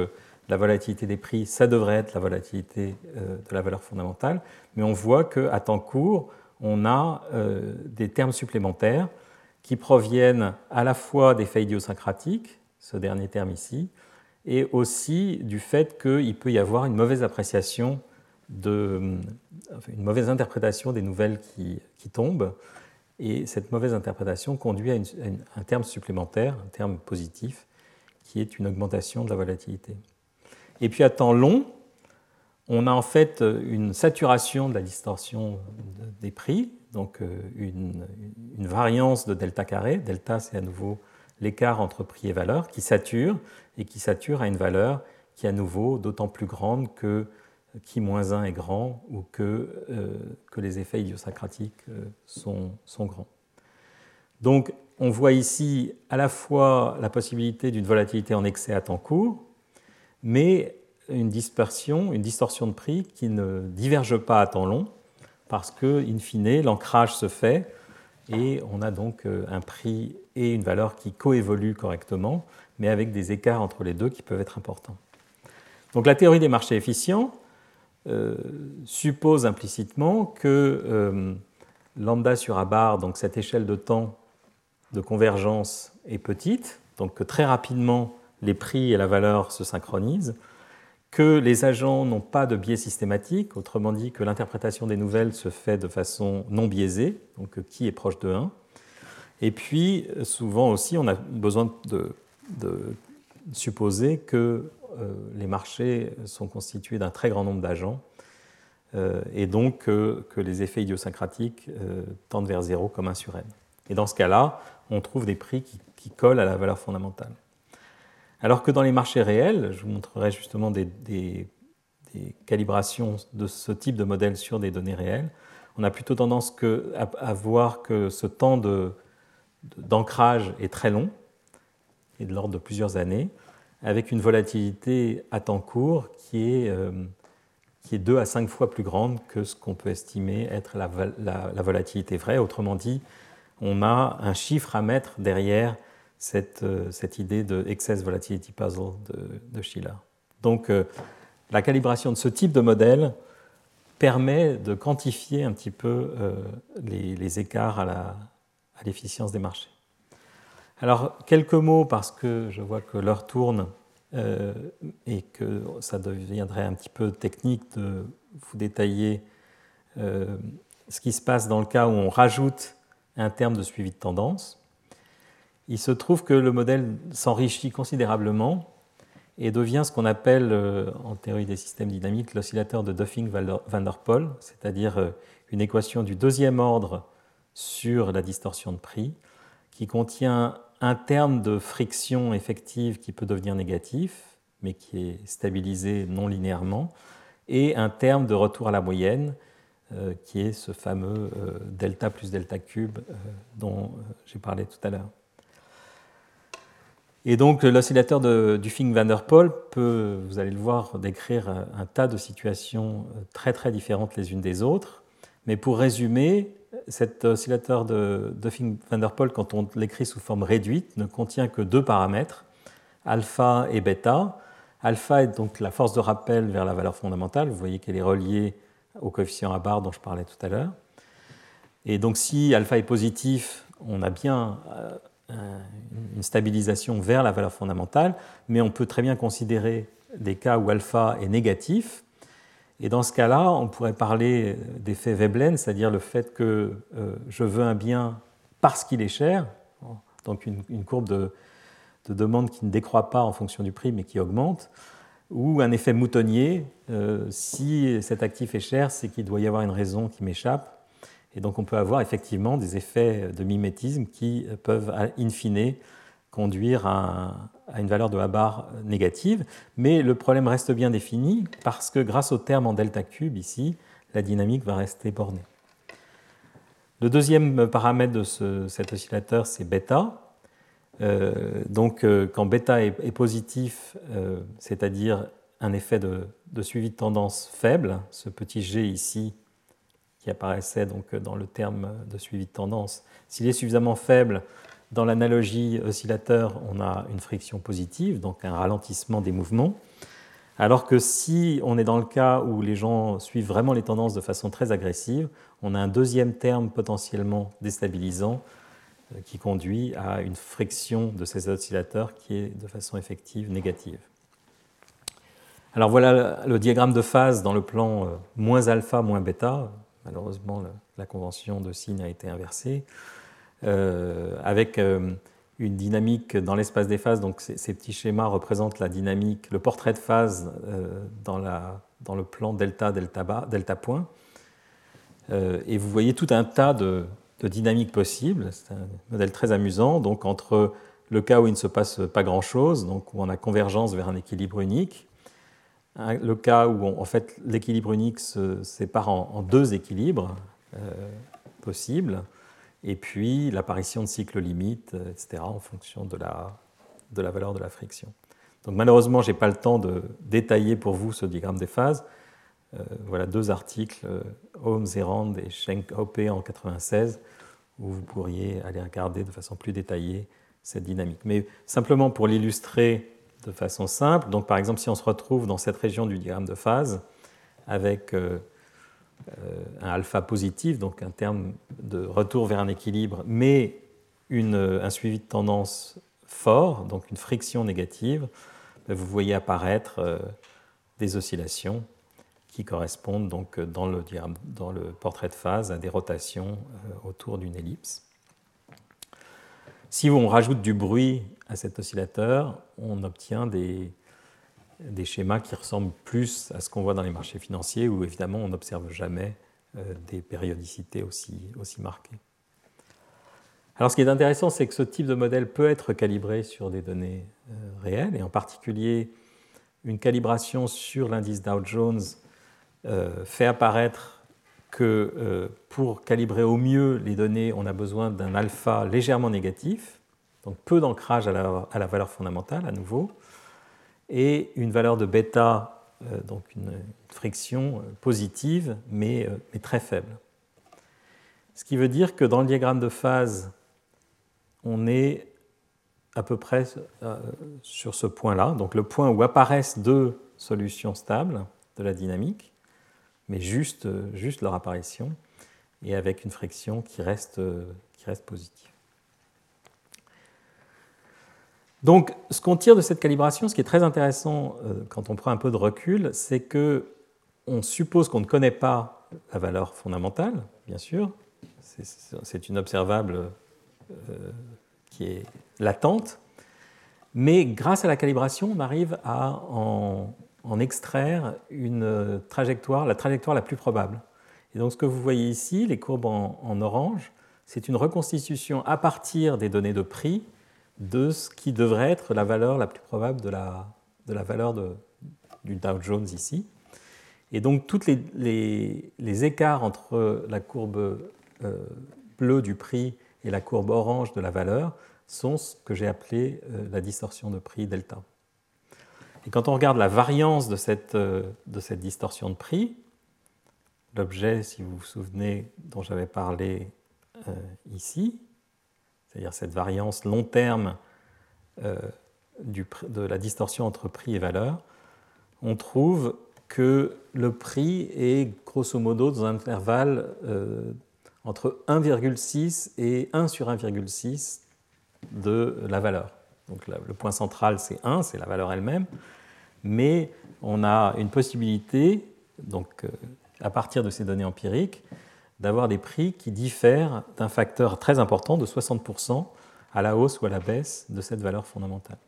la volatilité des prix, ça devrait être la volatilité euh, de la valeur fondamentale, mais on voit qu'à temps court, on a euh, des termes supplémentaires qui proviennent à la fois des faits idiosyncratiques, ce dernier terme ici, et aussi du fait qu'il peut y avoir une mauvaise appréciation, de, enfin, une mauvaise interprétation des nouvelles qui, qui tombent, et cette mauvaise interprétation conduit à, une, à une, un terme supplémentaire, un terme positif, qui est une augmentation de la volatilité. Et puis à temps long, on a en fait une saturation de la distorsion des prix, donc une, une variance de delta carré. Delta, c'est à nouveau l'écart entre prix et valeur, qui sature, et qui sature à une valeur qui est à nouveau d'autant plus grande que qui moins un est grand ou que, euh, que les effets idiosyncratiques euh, sont, sont grands. Donc on voit ici à la fois la possibilité d'une volatilité en excès à temps court, mais une dispersion, une distorsion de prix qui ne diverge pas à temps long, parce que, in fine, l'ancrage se fait et on a donc un prix et une valeur qui coévoluent correctement, mais avec des écarts entre les deux qui peuvent être importants. Donc la théorie des marchés efficients euh, suppose implicitement que euh, lambda sur A bar, donc cette échelle de temps de convergence, est petite, donc que très rapidement les prix et la valeur se synchronisent, que les agents n'ont pas de biais systématique, autrement dit que l'interprétation des nouvelles se fait de façon non biaisée, donc qui est proche de un. Et puis, souvent aussi, on a besoin de, de supposer que euh, les marchés sont constitués d'un très grand nombre d'agents, euh, et donc euh, que les effets idiosyncratiques euh, tendent vers zéro comme un sur n. Et dans ce cas-là, on trouve des prix qui, qui collent à la valeur fondamentale. Alors que dans les marchés réels, je vous montrerai justement des, des, des calibrations de ce type de modèle sur des données réelles, on a plutôt tendance que, à, à voir que ce temps de, de, d'ancrage est très long, et de l'ordre de plusieurs années, avec une volatilité à temps court qui est, euh, qui est deux à cinq fois plus grande que ce qu'on peut estimer être la, la, la volatilité vraie. Autrement dit, on a un chiffre à mettre derrière Cette, cette idée de excess volatility puzzle de, de Shiller. Donc euh, la calibration de ce type de modèle permet de quantifier un petit peu euh, les, les écarts à, la, à l'efficience des marchés. Alors quelques mots parce que je vois que l'heure tourne euh, et que ça deviendrait un petit peu technique de vous détailler euh, ce qui se passe dans le cas où on rajoute un terme de suivi de tendance. Il se trouve que le modèle s'enrichit considérablement et devient ce qu'on appelle, en théorie des systèmes dynamiques, l'oscillateur de Duffing-van der Pol, c'est-à-dire une équation du deuxième ordre sur la distorsion de prix, qui contient un terme de friction effective qui peut devenir négatif, mais qui est stabilisé non linéairement, et un terme de retour à la moyenne, euh, qui est ce fameux euh, delta plus delta cube euh, dont euh, j'ai parlé tout à l'heure. Et donc l'oscillateur de Duffing-van der Pol peut, vous allez le voir, décrire un tas de situations très très différentes les unes des autres. Mais pour résumer, cet oscillateur de Duffing-van der Pol, quand on l'écrit sous forme réduite, ne contient que deux paramètres, alpha et bêta. Alpha est donc la force de rappel vers la valeur fondamentale. Vous voyez qu'elle est reliée au coefficient à barre dont je parlais tout à l'heure. Et donc si alpha est positif, on a bien une stabilisation vers la valeur fondamentale, mais on peut très bien considérer des cas où alpha est négatif. Et dans ce cas-là, on pourrait parler d'effet Veblen, c'est-à-dire le fait que euh, je veux un bien parce qu'il est cher, donc une, une courbe de, de demande qui ne décroît pas en fonction du prix, mais qui augmente, ou un effet moutonnier, euh, si cet actif est cher, c'est qu'il doit y avoir une raison qui m'échappe. Et donc on peut avoir effectivement des effets de mimétisme qui peuvent, in fine, conduire à, à une valeur de A bar négative. Mais le problème reste bien défini parce que grâce au terme en delta cube, ici, la dynamique va rester bornée. Le deuxième paramètre de ce, cet oscillateur, c'est bêta. Euh, donc euh, quand bêta est, est positif, euh, c'est-à-dire un effet de, de suivi de tendance faible, ce petit g ici, qui apparaissait donc dans le terme de suivi de tendance. S'il est suffisamment faible, dans l'analogie oscillateur, on a une friction positive, donc un ralentissement des mouvements. Alors que si on est dans le cas où les gens suivent vraiment les tendances de façon très agressive, on a un deuxième terme potentiellement déstabilisant euh, qui conduit à une friction de ces oscillateurs qui est de façon effective négative. Alors voilà le diagramme de phase dans le plan euh, moins alpha, moins bêta. Malheureusement, le, la convention de signe a été inversée, euh, avec euh, une dynamique dans l'espace des phases. Donc ces, ces petits schémas représentent la dynamique, le portrait de phase euh, dans, la, dans le plan delta, delta bas, delta point. Euh, et vous voyez tout un tas de, de dynamiques possibles. C'est un modèle très amusant. Donc entre le cas où il ne se passe pas grand-chose, donc où on a convergence vers un équilibre unique, le cas où on, en fait, l'équilibre unique se sépare en, en deux équilibres euh, possibles, et puis l'apparition de cycles limites, et cetera, en fonction de la, de la valeur de la friction. Donc malheureusement, je n'ai pas le temps de détailler pour vous ce diagramme des phases. Euh, voilà deux articles, euh, Holmes et Rand et Schenk-Hoppe en mille neuf cent quatre-vingt-seize, où vous pourriez aller regarder de façon plus détaillée cette dynamique. Mais simplement pour l'illustrer de façon simple, donc par exemple si on se retrouve dans cette région du diagramme de phase avec euh, euh, un alpha positif, donc un terme de retour vers un équilibre, mais une, un suivi de tendance fort, donc une friction négative, vous voyez apparaître euh, des oscillations qui correspondent donc dans le, diagramme, dans le portrait de phase à des rotations euh, autour d'une ellipse. Si on rajoute du bruit à cet oscillateur, on obtient des, des schémas qui ressemblent plus à ce qu'on voit dans les marchés financiers, où évidemment on n'observe jamais euh, des périodicités aussi, aussi marquées. Alors ce qui est intéressant, c'est que ce type de modèle peut être calibré sur des données euh, réelles, et en particulier une calibration sur l'indice Dow Jones euh, fait apparaître que euh, pour calibrer au mieux les données, on a besoin d'un alpha légèrement négatif, donc peu d'ancrage à la, à la valeur fondamentale à nouveau, et une valeur de bêta, euh, donc une, une friction positive, mais, euh, mais très faible. Ce qui veut dire que dans le diagramme de phase, on est à peu près euh, sur ce point-là, donc le point où apparaissent deux solutions stables de la dynamique, mais juste, juste leur apparition, et avec une friction qui reste, qui reste positive. Donc, ce qu'on tire de cette calibration, ce qui est très intéressant euh, quand on prend un peu de recul, c'est qu'on suppose qu'on ne connaît pas la valeur fondamentale, bien sûr, c'est, c'est une observable euh, qui est latente, mais grâce à la calibration, on arrive à en en extraire une trajectoire, la trajectoire la plus probable. Et donc ce que vous voyez ici, les courbes en, en orange, c'est une reconstitution à partir des données de prix de ce qui devrait être la valeur la plus probable de la, de la valeur de, du Dow Jones ici. Et donc tous les, les, les écarts entre la courbe euh, bleue du prix et la courbe orange de la valeur sont ce que j'ai appelé euh, la distorsion de prix delta. Et quand on regarde la variance de cette, de cette distorsion de prix, l'objet, si vous vous souvenez, dont j'avais parlé euh, ici, c'est-à-dire cette variance long terme euh, du, de la distorsion entre prix et valeur, on trouve que le prix est grosso modo dans un intervalle euh, entre un virgule six et un sur un virgule six de la valeur. Donc le point central, c'est un, c'est la valeur elle-même, mais on a une possibilité, donc, à partir de ces données empiriques, d'avoir des prix qui diffèrent d'un facteur très important de soixante pour cent à la hausse ou à la baisse de cette valeur fondamentale.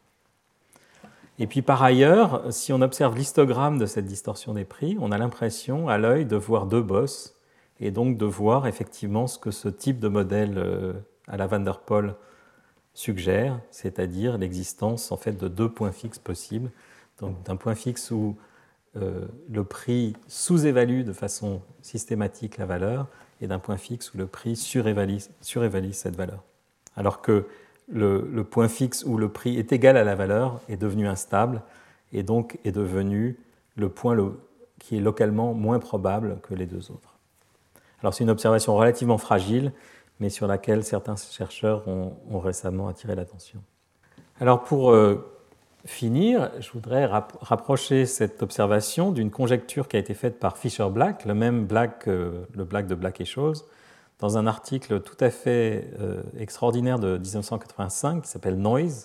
Et puis par ailleurs, si on observe l'histogramme de cette distorsion des prix, on a l'impression à l'œil de voir deux bosses, et donc de voir effectivement ce que ce type de modèle à la Van der Pol suggère, c'est-à-dire l'existence en fait de deux points fixes possibles, donc d'un point fixe où euh, le prix sous-évalue de façon systématique la valeur et d'un point fixe où le prix surévalue, surévalue cette valeur. Alors que le, le point fixe où le prix est égal à la valeur est devenu instable et donc est devenu le point le, qui est localement moins probable que les deux autres. Alors c'est une observation relativement fragile, mais sur laquelle certains chercheurs ont, ont récemment attiré l'attention. Alors pour euh, finir, je voudrais rapprocher cette observation d'une conjecture qui a été faite par Fisher-Black, le même Black, euh, le Black de Black et Scholes, dans un article tout à fait euh, extraordinaire de dix-neuf cent quatre-vingt-cinq qui s'appelle Noise,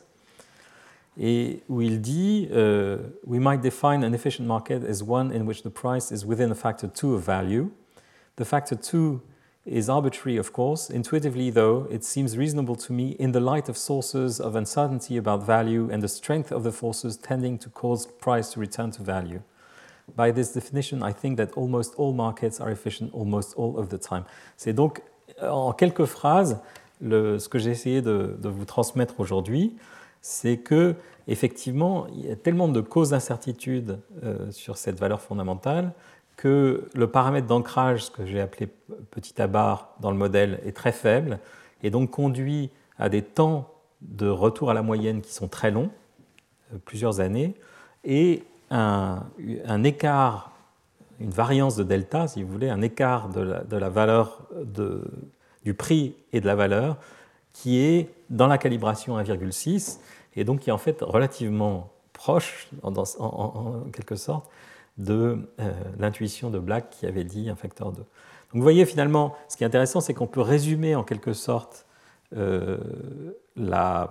et où il dit euh, « We might define an efficient market as one in which the price is within a factor two of value. The factor two is arbitrary, of course. Intuitively, though, it seems reasonable to me in the light of sources of uncertainty about value and the strength of the forces tending to cause price to return to value. By this definition, I think that almost all markets are efficient almost all of the time. » C'est donc, en quelques phrases, le, ce que j'ai essayé de, de vous transmettre aujourd'hui, c'est que, effectivement, il y a tellement de causes d'incertitude euh, sur cette valeur fondamentale que le paramètre d'ancrage, ce que j'ai appelé petit à barre dans le modèle, est très faible et donc conduit à des temps de retour à la moyenne qui sont très longs, plusieurs années, et un, un écart, une variance de delta, si vous voulez, un écart de la, de la valeur de, du prix et de la valeur qui est dans la calibration un virgule six et donc qui est en fait relativement proche, en, en, en, en quelque sorte, de euh, l'intuition de Black qui avait dit un facteur deux. Donc vous voyez finalement, ce qui est intéressant, c'est qu'on peut résumer en quelque sorte euh, la,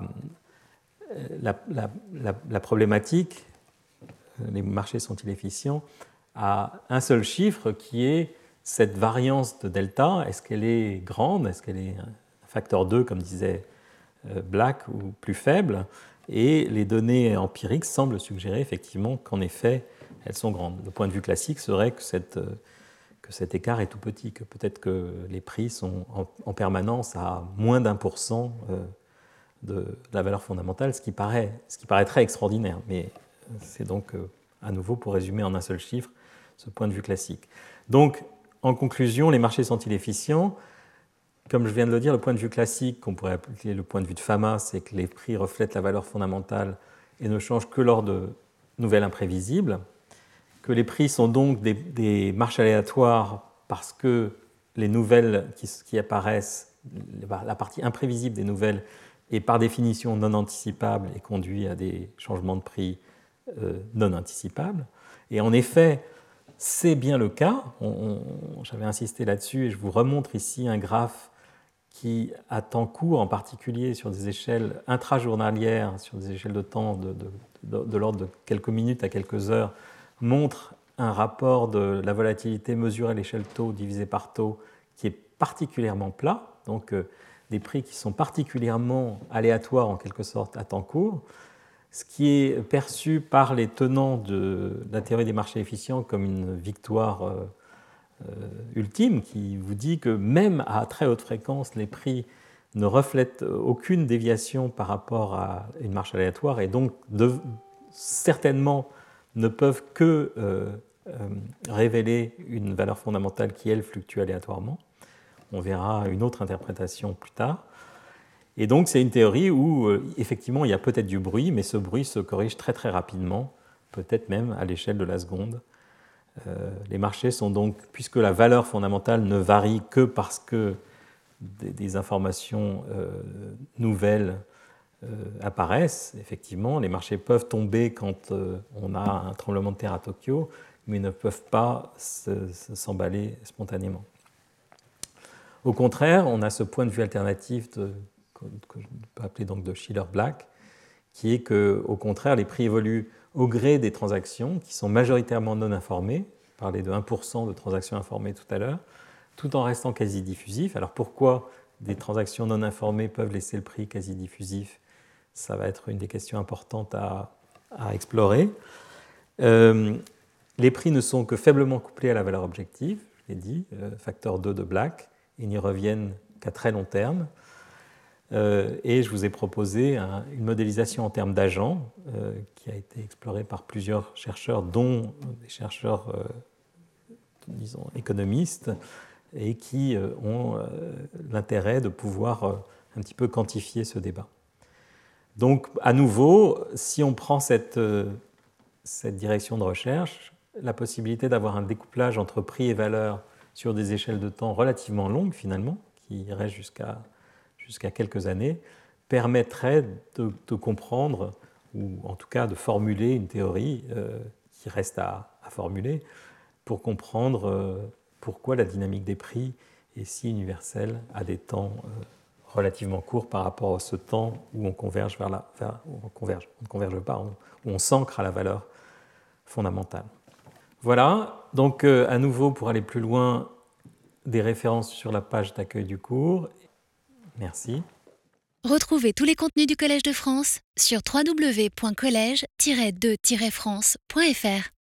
la, la, la, la problématique, les marchés sont-ils efficients, à un seul chiffre qui est cette variance de delta. Est-ce qu'elle est grande? Est-ce qu'elle est un facteur deux, comme disait Black, ou plus faible? Et les données empiriques semblent suggérer effectivement qu'en effet, elles sont grandes. Le point de vue classique serait que, cette, que cet écart est tout petit, que peut-être que les prix sont en, en permanence à moins d'un pour cent de la valeur fondamentale, ce qui, paraît, ce qui paraît très extraordinaire. Mais c'est donc, à nouveau, pour résumer en un seul chiffre, ce point de vue classique. Donc, en conclusion, les marchés sont-ils efficients? Comme je viens de le dire, le point de vue classique, qu'on pourrait appeler le point de vue de Fama, c'est que les prix reflètent la valeur fondamentale et ne changent que lors de nouvelles imprévisibles, que les prix sont donc des, des marches aléatoires parce que les nouvelles qui, qui apparaissent, la partie imprévisible des nouvelles est par définition non anticipable et conduit à des changements de prix euh, non anticipables. Et en effet, c'est bien le cas. On, on, j'avais insisté là-dessus et je vous remontre ici un graphe qui, à temps court, en particulier sur des échelles intrajournalières, sur des échelles de temps de, de, de, de l'ordre de quelques minutes à quelques heures, montre un rapport de la volatilité mesurée à l'échelle taux divisé par taux qui est particulièrement plat, donc euh, des prix qui sont particulièrement aléatoires en quelque sorte à temps court, ce qui est perçu par les tenants de la théorie des marchés efficients comme une victoire euh, euh, ultime, qui vous dit que même à très haute fréquence, les prix ne reflètent aucune déviation par rapport à une marche aléatoire et donc de, certainement ne peuvent que euh, euh, révéler une valeur fondamentale qui, elle, fluctue aléatoirement. On verra une autre interprétation plus tard. Et donc, c'est une théorie où, euh, effectivement, il y a peut-être du bruit, mais ce bruit se corrige très, très rapidement, peut-être même à l'échelle de la seconde. Euh, les marchés sont donc, puisque la valeur fondamentale ne varie que parce que des, des informations euh, nouvelles Euh, apparaissent, effectivement, les marchés peuvent tomber quand euh, on a un tremblement de terre à Tokyo, mais ne peuvent pas se, se, s'emballer spontanément. Au contraire, on a ce point de vue alternatif de, que, que je peux appeler donc de Shiller-Black, qui est qu'au contraire, les prix évoluent au gré des transactions qui sont majoritairement non informées. Je parlais de un pour cent de transactions informées tout à l'heure, tout en restant quasi diffusifs. Alors pourquoi des transactions non informées peuvent laisser le prix quasi diffusif? Ça va être une des questions importantes à, à explorer. Euh, les prix ne sont que faiblement couplés à la valeur objective, je l'ai dit, euh, facteur deux de Black, ils n'y reviennent qu'à très long terme. Euh, et je vous ai proposé un, une modélisation en termes d'agents euh, qui a été explorée par plusieurs chercheurs, dont des chercheurs, euh, disons, économistes, et qui euh, ont euh, l'intérêt de pouvoir euh, un petit peu quantifier ce débat. Donc, à nouveau, si on prend cette, euh, cette direction de recherche, la possibilité d'avoir un découplage entre prix et valeur sur des échelles de temps relativement longues, finalement, qui restent jusqu'à, jusqu'à quelques années, permettrait de, de comprendre ou en tout cas de formuler une théorie euh, qui reste à, à formuler pour comprendre euh, pourquoi la dynamique des prix est si universelle à des temps euh, relativement courts par rapport à ce temps où on converge vers la, vers, où on converge, on ne converge pas, on, où on s'ancre à la valeur fondamentale. Voilà, donc euh, à nouveau pour aller plus loin, des références sur la page d'accueil du cours. Merci. Retrouvez tous les contenus du Collège de France sur w w w point collège tiret de tiret france point f r.